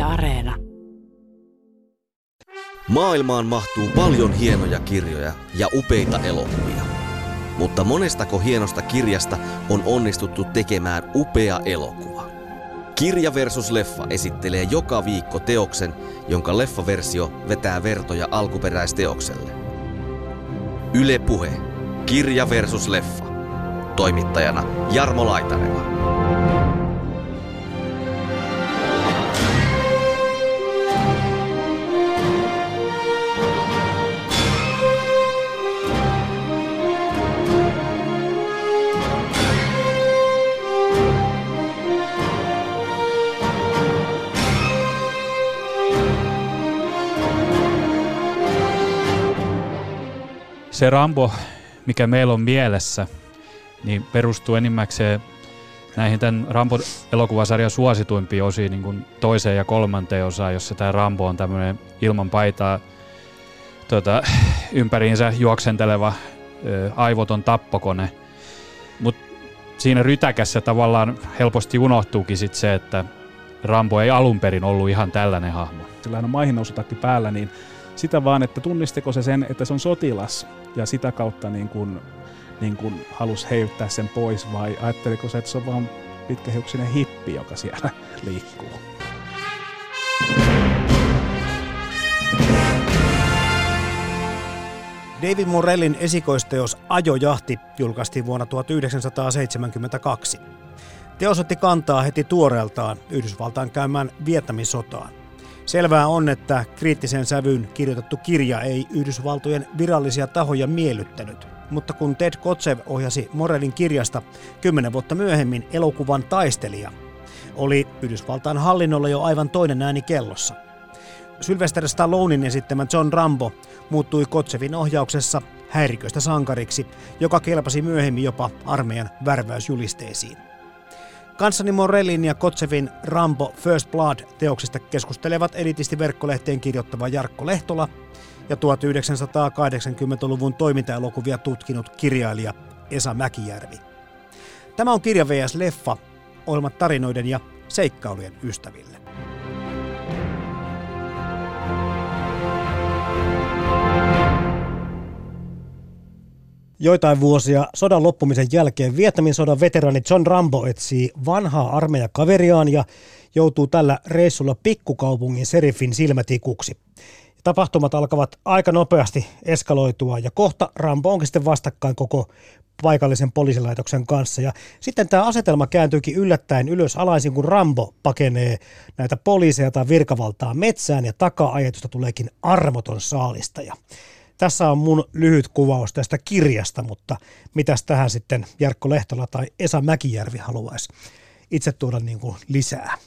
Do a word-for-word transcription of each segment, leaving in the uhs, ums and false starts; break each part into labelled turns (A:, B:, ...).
A: Areena.
B: Maailmaan mahtuu paljon hienoja kirjoja ja upeita elokuvia. Mutta monestako hienosta kirjasta on onnistuttu tekemään upea elokuva? Kirja versus leffa esittelee joka viikko teoksen, jonka leffaversio vetää vertoja alkuperäisteokselle. Yle Puhe. Kirja versus leffa. Toimittajana Jarmo Laitaneva.
C: Se Rambo, mikä meillä on mielessä, niin perustuu enimmäkseen näihin tämän Rambo-elokuvasarjan suosituimpiin osiin, niin kuin toiseen ja kolmanteen osaan, jossa tämä Rambo on tämmöinen ilman paitaa tota, ympäriinsä juoksenteleva ö, aivoton tappokone. Mutta siinä rytäkässä tavallaan helposti unohtuukin sit se, että Rambo ei alun perin ollut ihan tällainen hahmo.
D: Sillä on maihinnousutakki päällä, niin sitä vaan, että tunnisteko se sen, että se on sotilas ja sitä kautta niin kun, niin kun halusi heittää sen pois, vai ajatteliko se, että se on vaan pitkähiuksinen hippi, joka siellä liikkuu?
E: David Morellin esikoisteos Ajojahti julkaistiin vuonna tuhatyhdeksänsataaseitsemänkymmentäkaksi. Teos otti kantaa heti tuoreeltaan Yhdysvaltain käymään Vietnamin sotaan. Selvää on, että kriittisen sävyyn kirjoitettu kirja ei Yhdysvaltojen virallisia tahoja miellyttänyt, mutta kun Ted Kotcheff ohjasi Morellin kirjasta kymmenen vuotta myöhemmin elokuvan Taistelija, oli Yhdysvaltain hallinnolla jo aivan toinen ääni kellossa. Sylvester Stallonen esittämä John Rambo muuttui Kotcheffin ohjauksessa häiriköistä sankariksi, joka kelpasi myöhemmin jopa armeijan värväysjulisteisiin. Kanssani Morellin ja Kotcheffin Rambo First Blood-teoksista keskustelevat elitisti-verkkolehteen kirjoittava Jarkko Lehtola ja tuhatyhdeksänsataakahdeksankymmentäluvun toimintaelokuvia tutkinut kirjailija Esa Mäkijärvi. Tämä on Kirja versus leffa, ohjelmat tarinoiden ja seikkailujen ystäville. Joitain vuosia sodan loppumisen jälkeen Vietnamin sodan veteraani John Rambo etsii vanhaa armeijakaveriaan ja joutuu tällä reissulla pikkukaupungin serifin silmätikuksi. Tapahtumat alkavat aika nopeasti eskaloitua ja kohta Rambo onkin sitten vastakkain koko paikallisen poliisilaitoksen kanssa. Ja sitten tämä asetelma kääntyykin yllättäen ylös alaisin, kun Rambo pakenee näitä poliiseja tai virkavaltaa metsään ja taka-ajetusta tuleekin armoton saalistaja. Tässä on mun lyhyt kuvaus tästä kirjasta, mutta mitäs tähän sitten Jarkko Lehtola tai Esa Mäkijärvi haluaisi itse tuoda niin kuin lisää?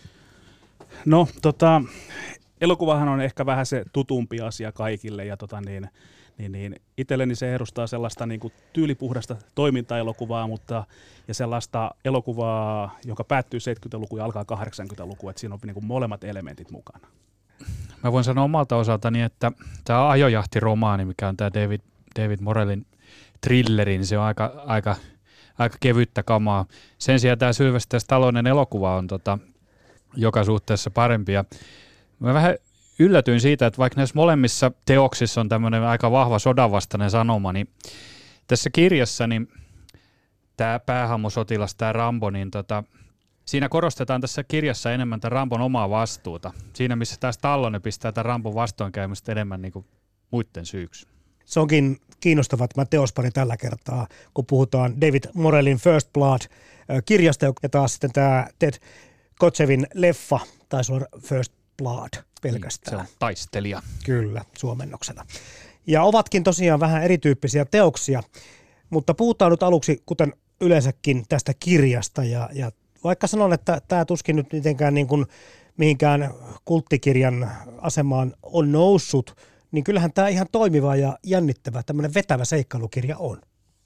D: No tota, elokuvahan on ehkä vähän se tutumpi asia kaikille ja tota niin, niin, niin itselleni se edustaa sellaista niin kuin tyylipuhdasta toimintaelokuvaa, mutta ja sellaista elokuvaa, joka päättyy seitsemänkymmentäluku ja alkaa kahdeksankymmentäluku, että siinä on niin kuin molemmat elementit mukana.
C: Mä voin sanoa omalta osaltani, että tämä Ajojahti-romaani, mikä on tämä David, David Morellin thrilleri, niin se on aika, aika, aika kevyttä kamaa. Sen sijaan tämä Sylvester Stallonen elokuva on tota, joka suhteessa parempi. Ja mä vähän yllätyin siitä, että vaikka näissä molemmissa teoksissa on tämmöinen aika vahva sodanvastainen sanoma, niin tässä kirjassa niin tämä päähahmosotilas, tämä Rambo, niin tota, siinä korostetaan tässä kirjassa enemmän tämän Rambon omaa vastuuta. Siinä, missä tämä Stallone pistää tämän Rambon vastoinkäymistä enemmän niin kuin muiden syyksi.
E: Se onkin kiinnostava tämä teospari tällä kertaa, kun puhutaan David Morellin First Blood-kirjasta, ja taas sitten tämä Ted Kotcheffin leffa taisi olla First Blood pelkästään.
C: Se on Taistelija.
E: Kyllä, suomennoksena. Ja ovatkin tosiaan vähän erityyppisiä teoksia, mutta puhutaan nyt aluksi, kuten yleensäkin, tästä kirjasta, ja, ja vaikka sanon, että tämä tuskin nyt mitenkään niin kuin mihinkään kulttikirjan asemaan on noussut, niin kyllähän tämä ihan toimiva ja jännittävä, tämmöinen vetävä seikkailukirja on.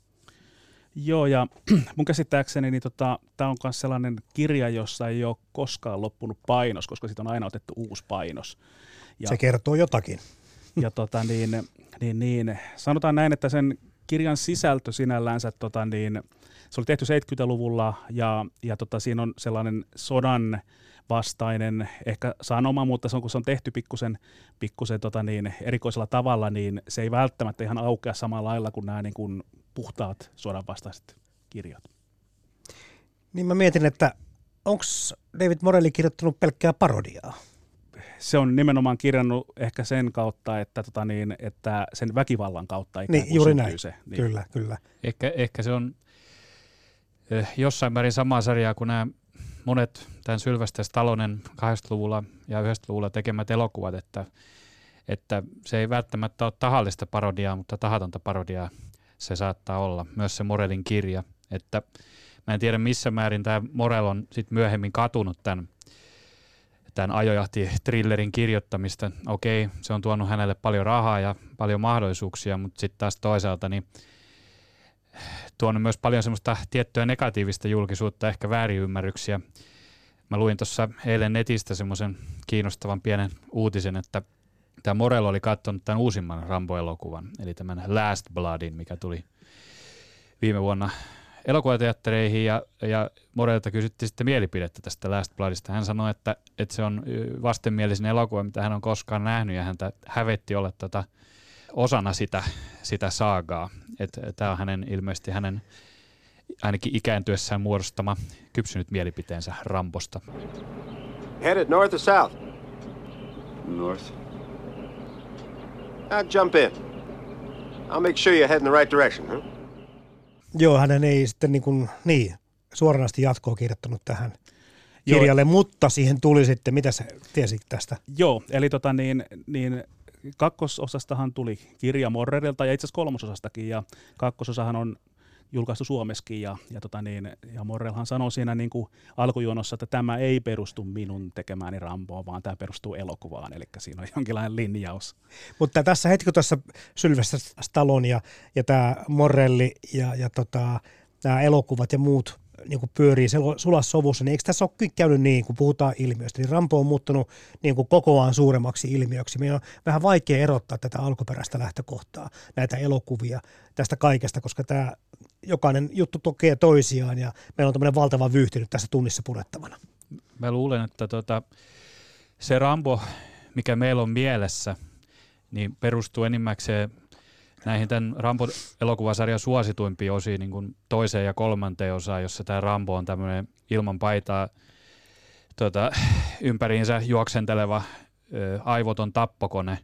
D: Joo, ja mun käsittääkseni niin tota, tämä on myös sellainen kirja, jossa ei ole koskaan loppunut painos, koska siitä on aina otettu uusi painos. Ja,
E: se kertoo jotakin.
D: Ja tota, niin, niin, niin, sanotaan näin, että sen kirjan sisältö sinällänsä, tota, niin, se oli tehty seitsemänkymmentäluvulla ja, ja tota, siinä on sellainen sodan vastainen ehkä sanoma, mutta se on, kun se on tehty pikkusen, pikkusen tota, niin, erikoisella tavalla, niin se ei välttämättä ihan aukea samalla lailla kuin nämä niin kuin puhtaat sodan vastaiset kirjat.
E: Niin mä mietin, että onko David Morelli kirjoittanut pelkkää parodiaa?
D: Se on nimenomaan kirjannut ehkä sen kautta, että, tota niin, että sen väkivallan kautta ikään kuin
E: niin, juuri
D: syntyy
E: näin.
D: se. Niin.
E: Kyllä, kyllä.
C: Ehkä, ehkä se on eh, jossain määrin samaa sarjaa kuin nämä monet tämän Sylvester Stallonen kahdeksankymmentäluvulla ja yhdeksänkymmentäluvulla tekemät elokuvat, että, että se ei välttämättä ole tahallista parodiaa, mutta tahatonta parodiaa se saattaa olla. Myös se Morellin kirja, että mä en tiedä missä määrin tämä Morell on sit myöhemmin katunut tämän, tämän ajojahti-thrillerin kirjoittamista. Okei, se on tuonut hänelle paljon rahaa ja paljon mahdollisuuksia, mutta sitten taas toisaalta niin tuonut myös paljon semmoista tiettyä negatiivista julkisuutta, ehkä väärinymmärryksiä. Mä luin tuossa eilen netistä semmoisen kiinnostavan pienen uutisen, että tämä Morell oli katsonut tämän uusimman Rambo-elokuvan, eli tämän Last Bloodin, mikä tuli viime vuonna elokuvateattereihin, ja, ja Morellilta kysyttiin sitten mielipidettä tästä Last Bloodista. Hän sanoi, että, että se on vastenmielisin elokuva, mitä hän on koskaan nähnyt, ja häntä hävetti olla tota osana sitä, sitä saagaa. Tämä on hänen ilmeisesti hänen ainakin ikääntyessään muodostama kypsynyt mielipiteensä Rambosta.
A: Headed north or south?
F: North.
A: Now jump in. I'll make sure you're heading the right direction, huh?
E: Joo, hänen ei sitten niin, kuin, niin suoranaisesti jatkoa kirjoittanut tähän kirjalle, Joo. mutta siihen tuli sitten, mitä sä tiesit tästä?
D: Joo, eli tota niin, niin kakkososastahan tuli kirja Morellilta ja itse asiassa kolmososastakin, ja kakkososahan on julkaistu Suomessakin, ja, ja, tota niin, ja Morellhan sanoi siinä niin kuin alkujuonossa, että tämä ei perustu minun tekemääni Ramboon, vaan tämä perustuu elokuvaan, eli siinä on jonkinlainen linjaus. Mutta
E: tässä heti kun tässä Sylvester Stallone ja, ja tämä Morelli ja, ja tota, nämä elokuvat ja muut niin kuin pyörii sulassa sovussa, niin eikö tässä ole käynyt niin, kun puhutaan ilmiöstä, niin Rambo on muuttunut niin kuin kokoaan suuremmaksi ilmiöksi. Meidän on vähän vaikea erottaa tätä alkuperäistä lähtökohtaa, näitä elokuvia tästä kaikesta, koska tämä jokainen juttu tukee toisiaan ja meillä on tämmöinen valtava vyyhti nyt tässä tunnissa purettavana.
C: Mä luulen, että tota, se Rambo, mikä meillä on mielessä, niin perustuu enimmäkseen näihin tämän Rambo-elokuvasarjan suosituimpiin osiin, niin kuin toiseen ja kolmanteen osaan, jossa tämä Rambo on tämmöinen ilman paitaa tota, ympäriinsä juoksenteleva ö, aivoton tappokone.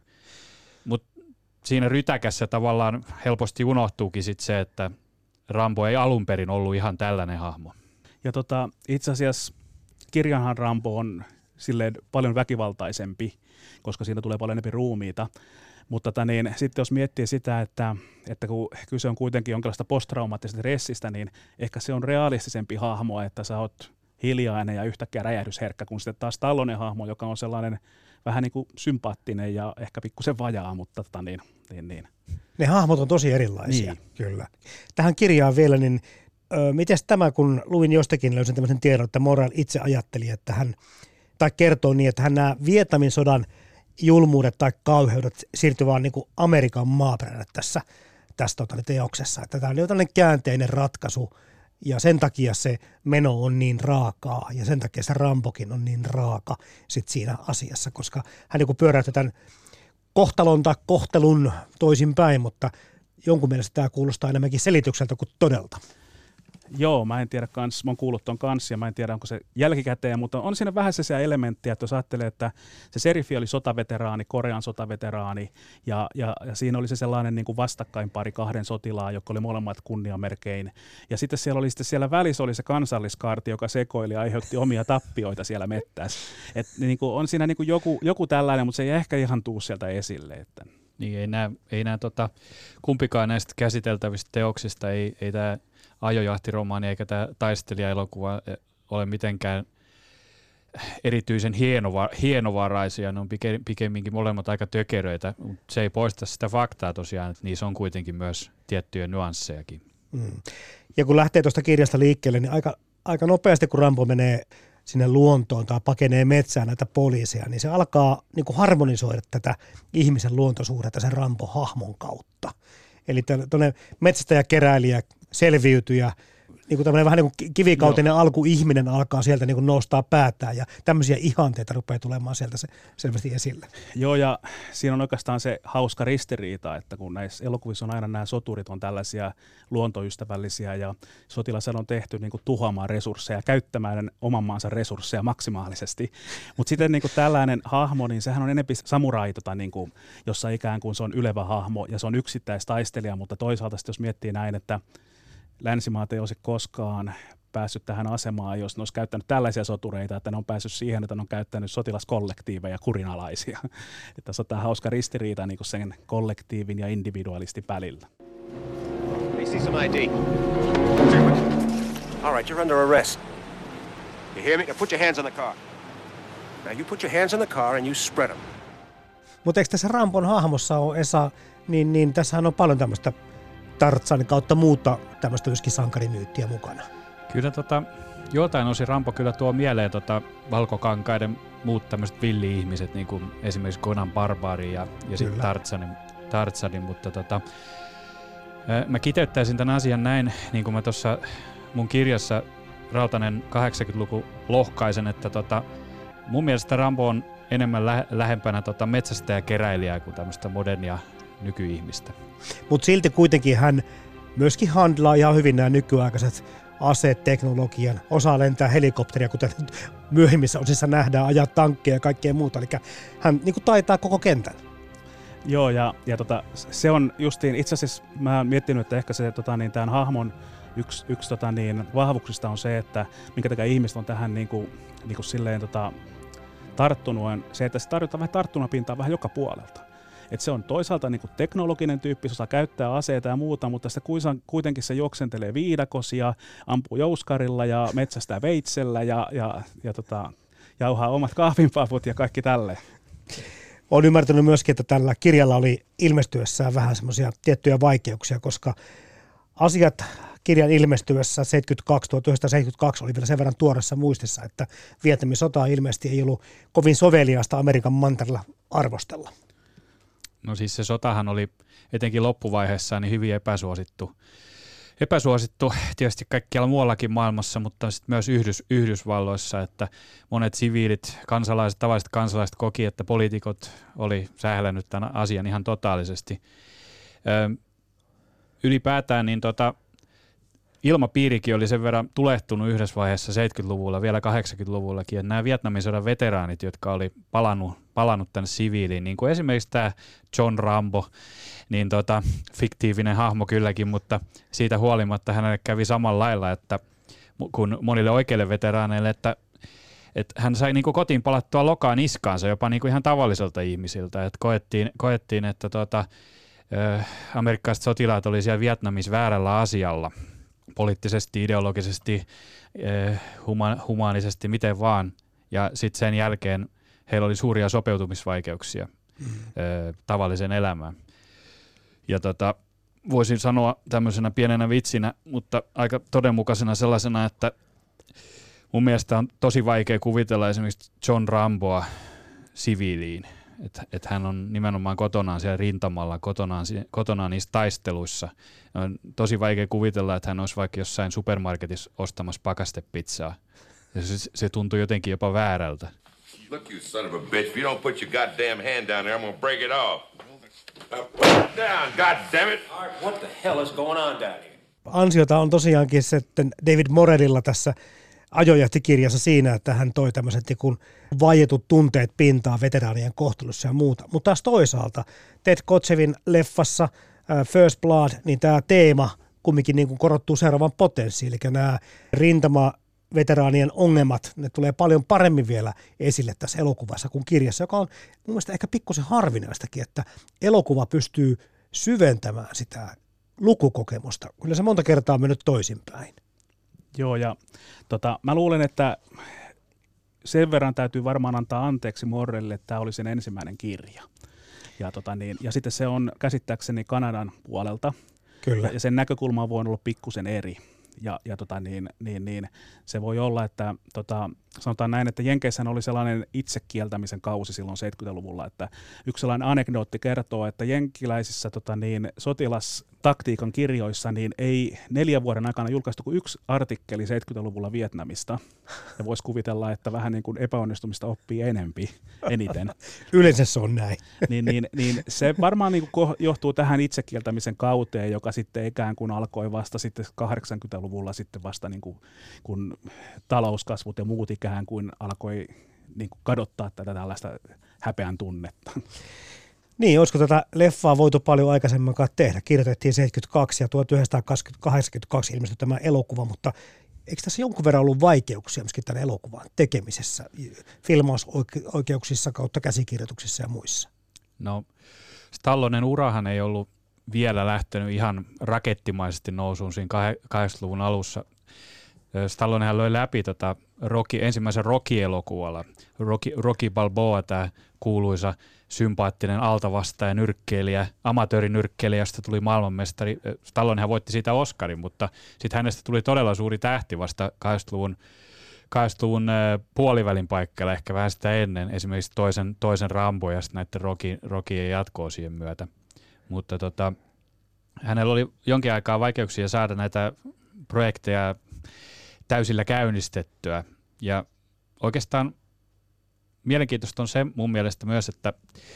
C: Mutta siinä rytäkässä tavallaan helposti unohtuukin sit se, että Rambo ei alun perin ollut ihan tällainen hahmo.
D: Ja tota, itse asiassa kirjanhan Rambo on silleen paljon väkivaltaisempi, koska siinä tulee paljon enemmän ruumiita. Mutta tota niin, sitten jos miettii sitä, että, että kun kyse on kuitenkin jonkinlaista posttraumaattisesta stressistä, niin ehkä se on realistisempi hahmo, että sä oot hiljainen ja yhtäkkiä räjähdysherkkä, kun sitten taas Stallonen hahmo, joka on sellainen vähän niin kuin sympaattinen ja ehkä pikkusen vajaa, mutta tota niin, niin, niin.
E: Ne hahmot on tosi erilaisia,
D: niin.
E: Kyllä. Tähän kirjaan vielä, niin ö, mites tämä, kun luin jostakin, löysin tämmöisen tiedon, että Morell itse ajatteli, että hän, tai kertoo niin, että hän nämä Vietnamin sodan julmuudet tai kauheudet siirtyi vaan niin kuin Amerikan maaperälle tässä, tässä tota, teoksessa. Että tämä oli tällainen käänteinen ratkaisu ja sen takia se meno on niin raakaa ja sen takia se Rambokin on niin raaka sit siinä asiassa, koska hän niin pyöräytti tämän kohtalon tai kohtelun toisinpäin, mutta jonkun mielestä tämä kuulostaa enemmänkin selitykseltä kuin todelta.
D: Joo, mä en tiedä kans, mä oon kuullut ton kanssa ja mä en tiedä onko se jälkikäteen, mutta on siinä vähän sellaisia elementtejä, että jos ajattelee, että se serifi oli sotaveteraani, Korean sotaveteraani ja, ja, ja siinä oli se sellainen niin kuin vastakkainpari kahden sotilaan, jotka oli molemmat kunniamerkein. Ja sitten siellä oli sitten siellä välissä oli se kansalliskaarti, joka sekoili ja aiheutti omia tappioita siellä mettässä. Et niin kuin on siinä niin kuin joku, joku tällainen, mutta se ei ehkä ihan tuu sieltä esille. Että.
C: Niin ei nämä, ei nämä tota, kumpikaan näistä käsiteltävistä teoksista, ei, ei tämä ajojahtiromaani eikä tämä taistelijaelokuva ole mitenkään erityisen hienova, hienovaraisia, ne on pike, pikemminkin molemmat aika tökeröitä, mutta se ei poista sitä faktaa tosiaan, että niissä on kuitenkin myös tiettyjä nyanssejakin.
E: Mm. Ja kun lähtee tuosta kirjasta liikkeelle, niin aika, aika nopeasti kun Rambo menee sinne luontoon tai pakenee metsään näitä poliiseja, niin se alkaa niin kuin harmonisoida tätä ihmisen luontosuhdetta sen Rambo-hahmon kautta. Eli tuonne metsästäjäkeräilijä, selviytyjä, niin kuin tämmöinen vähän niin kuin kivikautinen Joo. alkuihminen alkaa sieltä niin kuin nostaa päätään ja tämmöisiä ihanteita rupeaa tulemaan sieltä se selvästi esille.
D: Joo, ja siinä on oikeastaan se hauska ristiriita, että kun näissä elokuvissa on aina nämä soturit on tällaisia luontoystävällisiä ja sotilasel on tehty niin kuin tuhoamaan resursseja, käyttämään oman maansa resursseja maksimaalisesti, mutta sitten niin kuin tällainen hahmo, niin sehän on enemmän samurai, tota, niin kuin, jossa ikään kuin se on ylevä hahmo ja se on yksittäistaistelija, mutta toisaalta sitten jos miettii näin, että länsimaat ei olisi koskaan päässyt tähän asemaan, jos ne olisi käyttänyt tällaisia sotureita, että ne on päässyt siihen, että ne on käyttänyt sotilaskollektiiveja kurinalaisia. Että tässä on tämä hauska ristiriita niin kuin sen kollektiivin ja individualistin välillä.
A: Let me see some I D. All right, you're under arrest. You hear me? Now put your hands on the car. Now you put your hands on the car and you spread them.
E: Mutta eikö tässä Rambon hahmossa ole, Esa, niin, niin tässähän on paljon tämmöistä Tarzan kautta muuta tämmöistä myöskin sankarimyyttiä mukana.
C: Kyllä tota, jotain osin Rambo kyllä tuo mieleen tota, valkokankaiden muut tämmöiset villi-ihmiset, niin kuin esimerkiksi Conan Barbari ja, ja sitten Tarzanin, Tarzanin, mutta tota, mä kiteyttäisin tämän asian näin, niin kuin mä tuossa mun kirjassa Rautanen kahdeksankymmentäluku lohkaisen, että tota, mun mielestä Rambo on enemmän lä- lähempänä tota metsästäjäkeräilijää kuin tämmöistä modernia nykyihmistä.
E: Mutta silti kuitenkin hän myöskin handlaa ihan hyvin nämä nykyaikaiset aseet, teknologian, osaa lentää helikopteria, kuten myöhemmissä osissa nähdään, ajaa tankkeja ja kaikkea muuta. Eli hän niin kuin taitaa koko kentän.
D: Joo, ja, ja tota, se on justiin, itse asiassa mä oon miettinyt, että ehkä se tota, niin, tämän hahmon yksi, yksi tota, niin, vahvuuksista on se, että minkä takia ihmiset on tähän niin kuin, niin kuin silleen tota, tarttunut, on se, että se tarjotaan vähän tarttunapintaa vähän joka puolelta. Et se on toisaalta niin kuin teknologinen tyyppi, se osaa käyttää aseita ja muuta, mutta sitä kuitenkin se juoksentelee viidakosia, ampuu jouskarilla ja metsästää veitsellä ja, ja, ja tota, jauhaa omat kahvinpavut ja kaikki tälleen.
E: Olen ymmärtänyt myöskin, että tällä kirjalla oli ilmestyessään vähän semmoisia tiettyjä vaikeuksia, koska asiat kirjan ilmestyessä tuhatyhdeksänsataaseitsemänkymmentäkaksi oli vielä sen verran tuoreessa muistissa, että Vietnamin sotaa ilmeisesti ei ollut kovin soveliasta Amerikan mantereella arvostella.
C: No siis se sotahan oli etenkin loppuvaiheessa niin hyvin epäsuosittu. Epäsuosittu tietysti kaikkialla muuallakin maailmassa, mutta sitten myös Yhdys, Yhdysvalloissa, että monet siviilit, kansalaiset, tavalliset kansalaiset koki, että poliitikot oli sählännyt tämän asian ihan totaalisesti. Ö, ylipäätään niin tota, ilmapiirikin oli sen verran tulehtunut yhdessä vaiheessa seitsemänkymmentäluvulla, vielä kahdeksankymmentäluvullakin, että nämä Vietnamin sodan veteraanit, jotka oli palannut, palannut tänne siviiliin, niin kuin esimerkiksi tämä John Rambo, niin tota, fiktiivinen hahmo kylläkin, mutta siitä huolimatta hänelle kävi samalla lailla, että kun monille oikeille veteraaneille, että, että hän sai niin kuin kotiin palattua lokaan niskaansa jopa niin kuin ihan tavalliselta ihmisiltä, että koettiin, koettiin että tota, äh, amerikkalaiset sotilaat oli siellä Vietnamissa väärällä asialla, poliittisesti, ideologisesti, eh, huma- humaanisesti, miten vaan. Ja sitten sen jälkeen heillä oli suuria sopeutumisvaikeuksia mm. eh, tavalliseen elämään. Ja tota, voisin sanoa tämmöisenä pienenä vitsinä, mutta aika todenmukaisena sellaisena, että mun mielestä on tosi vaikea kuvitella esimerkiksi John Ramboa siviiliin. Että et hän on nimenomaan kotonaan siellä rintamalla, kotonaan, kotonaan niissä taisteluissa. On tosi vaikea kuvitella, että hän olisi vaikka jossain supermarketissa ostamassa pakastepizzaa. Ja se, se tuntuu jotenkin jopa väärältä.
G: Look, you son of a bitch, if you don't put your goddamn hand down there, I'm gonna break it off. Now put it down, goddammit!
H: What the hell is going on down here?
E: Ansiota on tosiaankin sitten David Morellilla tässä ajojahtikirjassa siinä, että hän toi tämmöiset niin vaietut tunteet pintaa veteraanien kohtelussa ja muuta. Mutta taas toisaalta Ted Kotchevin leffassa First Blood, niin tämä teema kumminkin niin kuin korottuu seuraavan potenssiin. Eli nämä rintamaveteraanien ongelmat, ne tulee paljon paremmin vielä esille tässä elokuvassa kuin kirjassa, joka on mun mielestä ehkä pikkusen harvinaistakin, että elokuva pystyy syventämään sitä lukukokemusta. Kyllä se monta kertaa on mennyt toisinpäin.
D: Joo, ja tota, mä luulen, että sen verran täytyy varmaan antaa anteeksi Morrelle, että tämä oli sen ensimmäinen kirja. Ja, tota niin, ja sitten se on käsittääkseni Kanadan puolelta.
E: Kyllä.
D: Ja sen näkökulma on voinut olla pikkusen eri. Ja, ja tota niin, niin, niin, se voi olla, että tota, sanotaan näin, että Jenkeissähän oli sellainen itsekieltämisen kausi silloin seitsemänkymmentäluvulla, että yksi sellainen anekdootti kertoo, että jenkiläisissä tota niin, sotilastaktiikan kirjoissa niin ei neljän vuoden aikana julkaistu kuin yksi artikkeli seitsemänkymmentäluvulla Vietnamista. Ja voisi kuvitella, että vähän niin kuin epäonnistumista oppii enempi, eniten.
E: Yleensä se on näin.
D: Niin, niin, niin se varmaan niin kuin johtuu tähän itsekieltämisen kauteen, joka sitten ikään kuin alkoi vasta sitten kahdeksankymmentäluvulla sitten vasta niin kuin, kun talouskasvut ja muut ikään kuin alkoi niin kuin kadottaa tätä tällaista häpeän tunnetta.
E: Niin, olisiko tätä leffaa voitu paljon aikaisemminkaan tehdä? Kirjoitettiin seitsemänkymmentäkaksi ja tuhatyhdeksänsataakahdeksankymmentäkaksi ilmestyi tämä elokuva, mutta eikö tässä jonkun verran ollut vaikeuksia myöskin tämän elokuvan tekemisessä, filmausoikeuksissa kautta käsikirjoituksissa ja muissa?
C: No, Stallonen urahan ei ollut vielä lähtenyt ihan rakettimaisesti nousuun siinä kahdeksankymmentäluvun alussa. Stallonenhan löi läpi tota Rocky, ensimmäisen Rocky-elokuvalla. Rocky, Rocky Balboa, tämä kuuluisa sympaattinen altavastaaja, nyrkkeilijä, amatöörinyrkkeilijä, josta tuli maailmanmestari. Stallonenhan voitti siitä Oscarin, mutta sitten hänestä tuli todella suuri tähti vasta kahdeksankymmentäluvun, kahdeksankymmentäluvun puolivälin paikalla, ehkä vähän sitä ennen, esimerkiksi toisen, toisen Rambo ja sitten näiden Rocky, Rockien jatkoa siihen myötä. Mutta tota, hänellä oli jonkin aikaa vaikeuksia saada näitä projekteja täysillä käynnistettyä. Ja oikeastaan mielenkiintoista on se mun mielestä myös, että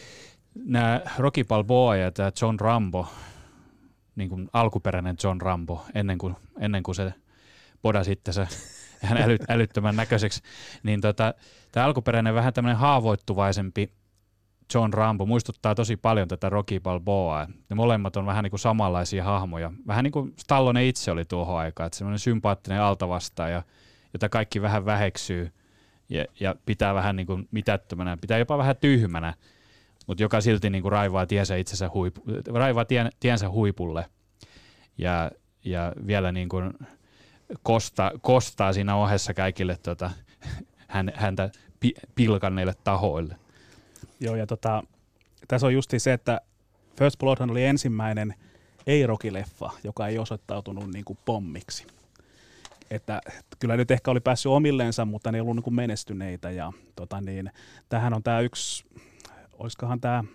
C: nämä Rocky Balboa ja tämä John Rambo, niin kuin alkuperäinen John Rambo, ennen kuin, ennen kuin se poda sitten se ihan äly, älyttömän näköiseksi, niin tota, tämä alkuperäinen vähän tämmöinen haavoittuvaisempi John Rambo muistuttaa tosi paljon tätä Rocky Balboaa. Ne molemmat on vähän niin kuin samanlaisia hahmoja. Vähän niin kuin Stallone itse oli tuohon aikaan, että semmoinen sympaattinen altavastaaja, jota kaikki vähän väheksyy ja, ja pitää vähän niin kuin mitättömänä, pitää jopa vähän tyhmänä, mutta joka silti niin kuin raivaa tiensä, itsensä huipu, raivaa tien, tiensä huipulle ja, ja vielä niin kuin kostaa, kostaa siinä ohessa kaikille tota, hän, häntä pi, pilkanneille tahoille.
D: Joo, ja tota, tässä on justi se, että First Bloodhan oli ensimmäinen ei-Rocky-leffa, joka ei osoittautunut niin kuin pommiksi. Että kyllä nyt ehkä oli päässyt omilleensa, mutta ne ei ollut niin kuin menestyneitä. Ja tota niin, tämähän on tämä yksi, olisikohan tämä,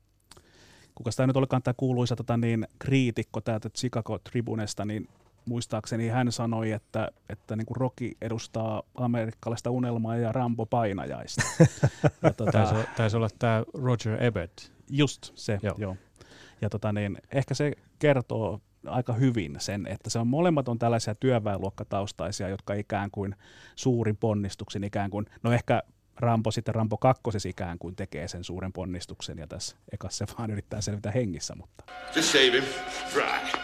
D: kuka tämä nyt olikaan tämä kuuluisa tota niin, kriitikko täältä Chicago Tribunesta, niin muistaakseni hän sanoi, että, että niin kuin Rocky edustaa amerikkalaista unelmaa ja Rambo painajaista. Ja tota,
C: taisi, taisi olla tämä Roger Ebert.
D: Just se, joo. joo. Ja tota niin, ehkä se kertoo aika hyvin sen, että se on molemmat on tällaisia työväenluokkataustaisia, jotka ikään kuin suurin ponnistuksen ikään kuin, no ehkä Rambo sitten Rambo kakkosessa ikään kuin tekee sen suuren ponnistuksen ja tässä ekassa se vaan yrittää selvitä hengissä, mutta.
G: Just save him. Dry.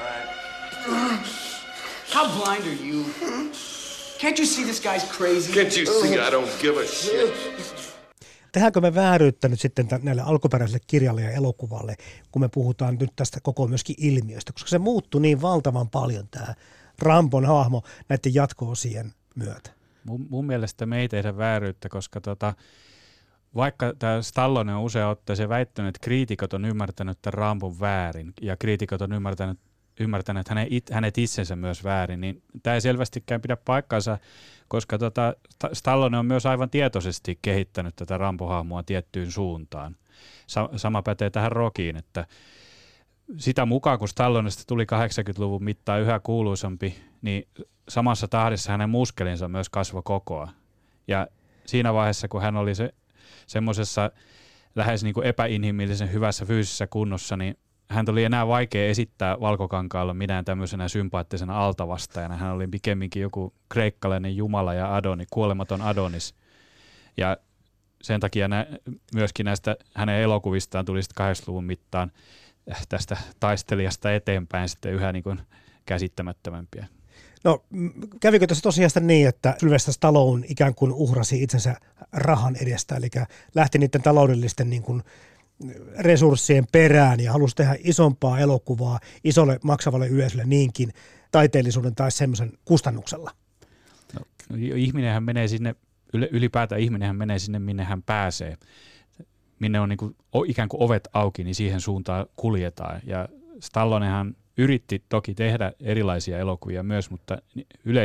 I: How blind are you? Can't you see this guy's crazy?
G: Can't you see I don't give a shit?
E: Tehdäänkö me vääryyttä nyt sitten näille alkuperäiselle kirjalle ja elokuvalle, kun me puhutaan nyt tästä koko myöskin ilmiöstä, koska se muuttui niin valtavan paljon tämä Rambon hahmo näiden jatko-osien myötä?
C: Mun, mun mielestä me ei tehdä vääryyttä, koska tota, vaikka tämä Stallone on usein otteeseen väittänyt, että kriitikot on ymmärtänyt tämän Rambon väärin ja kriitikot on ymmärtänyt ymmärtänyt hänet, it, hänet itsensä myös väärin, niin tämä ei selvästikään pidä paikkaansa, koska tota, Stallone on myös aivan tietoisesti kehittänyt tätä Rambo-hahmoa tiettyyn suuntaan. Sa- sama pätee tähän Rockiin, että sitä mukaan, kun Stallonesta tuli kahdeksankymmentäluvun mittaan yhä kuuluisampi, niin samassa tahdissa hänen muskelinsa myös kasvoi kokoa. Ja siinä vaiheessa, kun hän oli se, semmoisessa lähes niin kuin epäinhimillisen hyvässä fyysisessä kunnossa, niin hän oli enää vaikea esittää valkokankaalla minään tämmöisenä sympaattisena altavastaajana. Hän oli pikemminkin joku kreikkalainen jumala ja Adoni, kuolematon Adonis. Ja sen takia nä, myöskin näistä hänen elokuvistaan tuli sitten kahdeksankymmentäluvun mittaan tästä taistelijasta eteenpäin sitten yhä niin kuin käsittämättömämpiä.
E: No kävikö tässä tosiaan niin, että Sylvester Stallone ikään kuin uhrasi itsensä rahan edestä, eli lähti niiden taloudellisten niin kuin resurssien perään ja halusi tehdä isompaa elokuvaa isolle maksavalle yleisölle niinkin taiteellisuuden tai semmoisen kustannuksella?
C: No, ihminenhän menee sinne, ylipäätään ihminenhän menee sinne, minne hän pääsee. Minne on niin kuin, ikään kuin ovet auki, niin siihen suuntaan kuljetaan. Ja Stallonehan yritti toki tehdä erilaisia elokuvia myös, mutta yleisö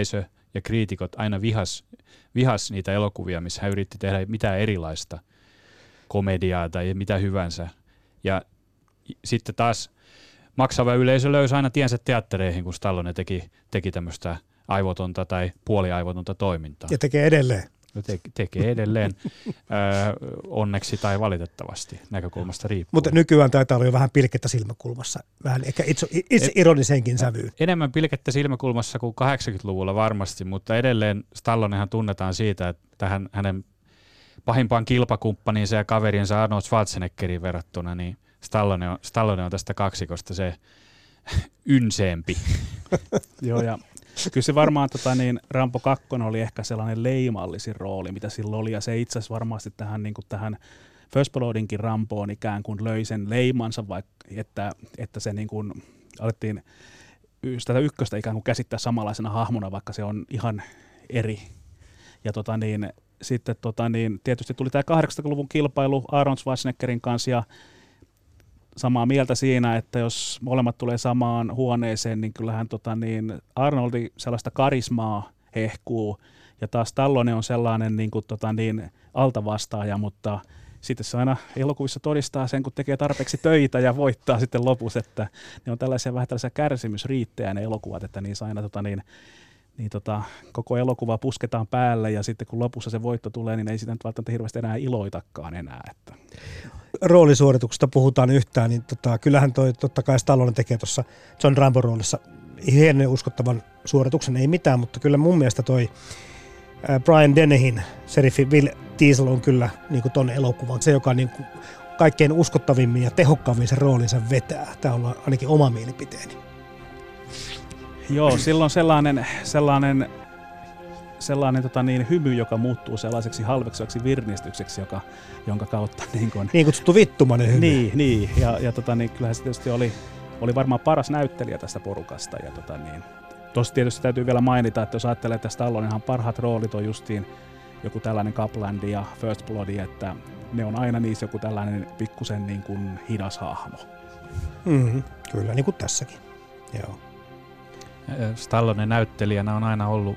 C: ja kriitikot aina vihas, vihas niitä elokuvia, missä hän yritti tehdä mitään erilaista komediaa tai mitä hyvänsä. Ja sitten taas maksava yleisö löysi aina tiensä teattereihin, kun Stallone teki, teki tämmöistä aivotonta tai puoliaivotonta toimintaa.
E: Ja tekee edelleen.
C: Te- tekee edelleen öö, onneksi tai valitettavasti näkökulmasta riippuen.
E: Mutta nykyään taitaa olla jo vähän pilkettä silmäkulmassa, vähän ehkä itse, itse ironisenkin sävyyn.
C: Enemmän pilkettä silmäkulmassa kuin kahdeksankymmentäluvulla varmasti, mutta edelleen Stallonehan tunnetaan siitä, että hän, hänen pahimpaan kilpakumppaninsa ja kaverinsa Arnold Schwarzeneggeriin verrattuna, niin Stallone on, Stallone on tästä kaksikosta se ynseempi.
D: Joo, ja kyllä se varmaan tota, niin, Rambo kaksi oli ehkä sellainen leimallisin rooli, mitä sillä oli, ja se itse asiassa varmasti tähän, niin kuin tähän First Bloodinkin Ramboon ikään kuin löi sen leimansa, vaikka, että, että se niin kuin, alettiin tätä ykköstä ikään kuin käsittää samanlaisena hahmona, vaikka se on ihan eri. Ja tota, niin, sitten tota, niin, tietysti tuli tämä kahdeksankymmentäluvun kilpailu Arnold Schwarzeneggerin kanssa, ja samaa mieltä siinä, että jos molemmat tulee samaan huoneeseen, niin kyllähän tota, niin Arnoldi sellaista karismaa hehkuu, ja taas Stallone on sellainen niin kuin, tota, niin, altavastaaja, mutta sitten se aina elokuvissa todistaa sen, kun tekee tarpeeksi töitä ja voittaa sitten lopussa, että ne on tällaisia vähän tällaisia kärsimysriittejä ne elokuvat, että niissä aina tota, niin, niin, tota, koko elokuva pusketaan päälle, ja sitten kun lopussa se voitto tulee, niin ei sitä nyt välttämättä hirveästi enää iloitakaan enää. Että.
E: Roolisuorituksesta puhutaan yhtään, niin tota, kyllähän toi totta kai Stallone tekee tuossa John Rambo-roolissa hienon uskottavan suorituksen, ei mitään, mutta kyllä mun mielestä toi ää, Brian Dennehin seriffi Will Diesel on kyllä niin kuin ton elokuvan, se joka niin kuin kaikkein uskottavimmin ja tehokkaammin sen roolinsa vetää. Tämä on ainakin oma mielipiteeni.
D: Joo, silloin sellainen, sellainen, sellainen tota niin, hymy, joka muuttuu sellaiseksi halveksuaksi virnistykseksi, joka, jonka kautta... Niin, kuin,
E: niin kutsuttu vittumainen hymy.
D: Niin, niin ja, ja tota niin, kyllähän se tietysti oli, oli varmaan paras näyttelijä tästä porukasta. Ja tota niin, tuossa tietysti täytyy vielä mainita, että jos ajattelee, että Stallonehan parhaat roolit on justiin joku tällainen Copland ja First Blood, että ne on aina niissä joku tällainen pikkusen niin kuin hidas hahmo.
E: Mm-hmm, kyllä, niin kuin tässäkin. Joo.
C: Stallone näyttelijänä on aina ollut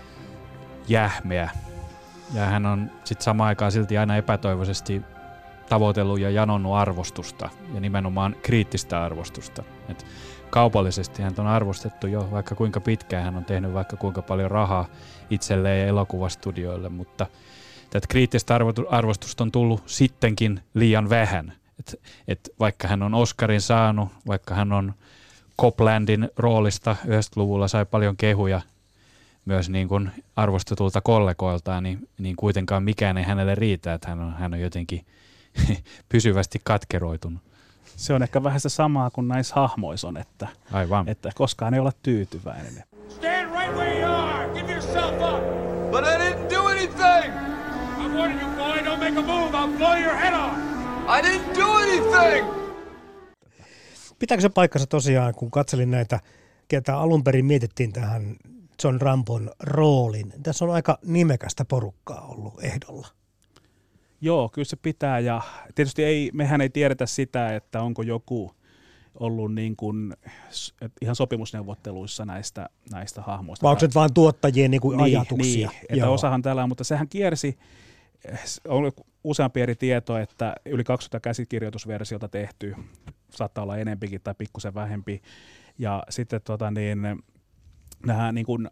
C: jähmeä, ja hän on sitten samaan aikaan silti aina epätoivoisesti tavoitellut ja janonnut arvostusta, ja nimenomaan kriittistä arvostusta. Et kaupallisesti hän on arvostettu jo vaikka kuinka pitkään, hän on tehnyt vaikka kuinka paljon rahaa itselleen ja elokuvastudioille, mutta tätä kriittistä arvostusta on tullut sittenkin liian vähän. Et, et vaikka hän on Oscarin saanut, vaikka hän on Coplandin roolista yhdeksänkymmentäluvulla sai paljon kehuja myös niin kuin arvostetulta kollegoiltaan, niin, niin kuitenkaan mikään ei hänelle riitä, että hän on, hän on jotenkin pysyvästi katkeroitunut.
D: Se on ehkä vähän se samaa kuin näissä hahmoissa on, että,
C: Aivan.
D: että koskaan ei olla tyytyväinen.
H: Stand right where you are! Give yourself up!
I: But I didn't do anything!
H: I'm warning you, boy, don't make a move, I'll blow your head off!
I: I didn't do anything!
E: Pitääkö se paikkansa tosiaan, kun katselin näitä, ketä alun perin mietittiin tähän John Rambon roolin. Tässä on aika nimekästä porukkaa ollut ehdolla.
D: Joo, kyllä se pitää, ja tietysti ei, mehän ei tiedetä sitä, että onko joku ollut niin kuin ihan sopimusneuvotteluissa näistä, näistä hahmoista.
E: Vai onko se vaan tuottajien niin kuin
D: niin,
E: ajatuksia?
D: Niin, että osahan täällä, mutta sehän kiersi, on useampi eri tieto, että yli kaksikymmentä käsikirjoitusversiota tehty, saattaa olla enempikin tai pikkusen vähempi, ja sitten tota niin, nämä niin kuin,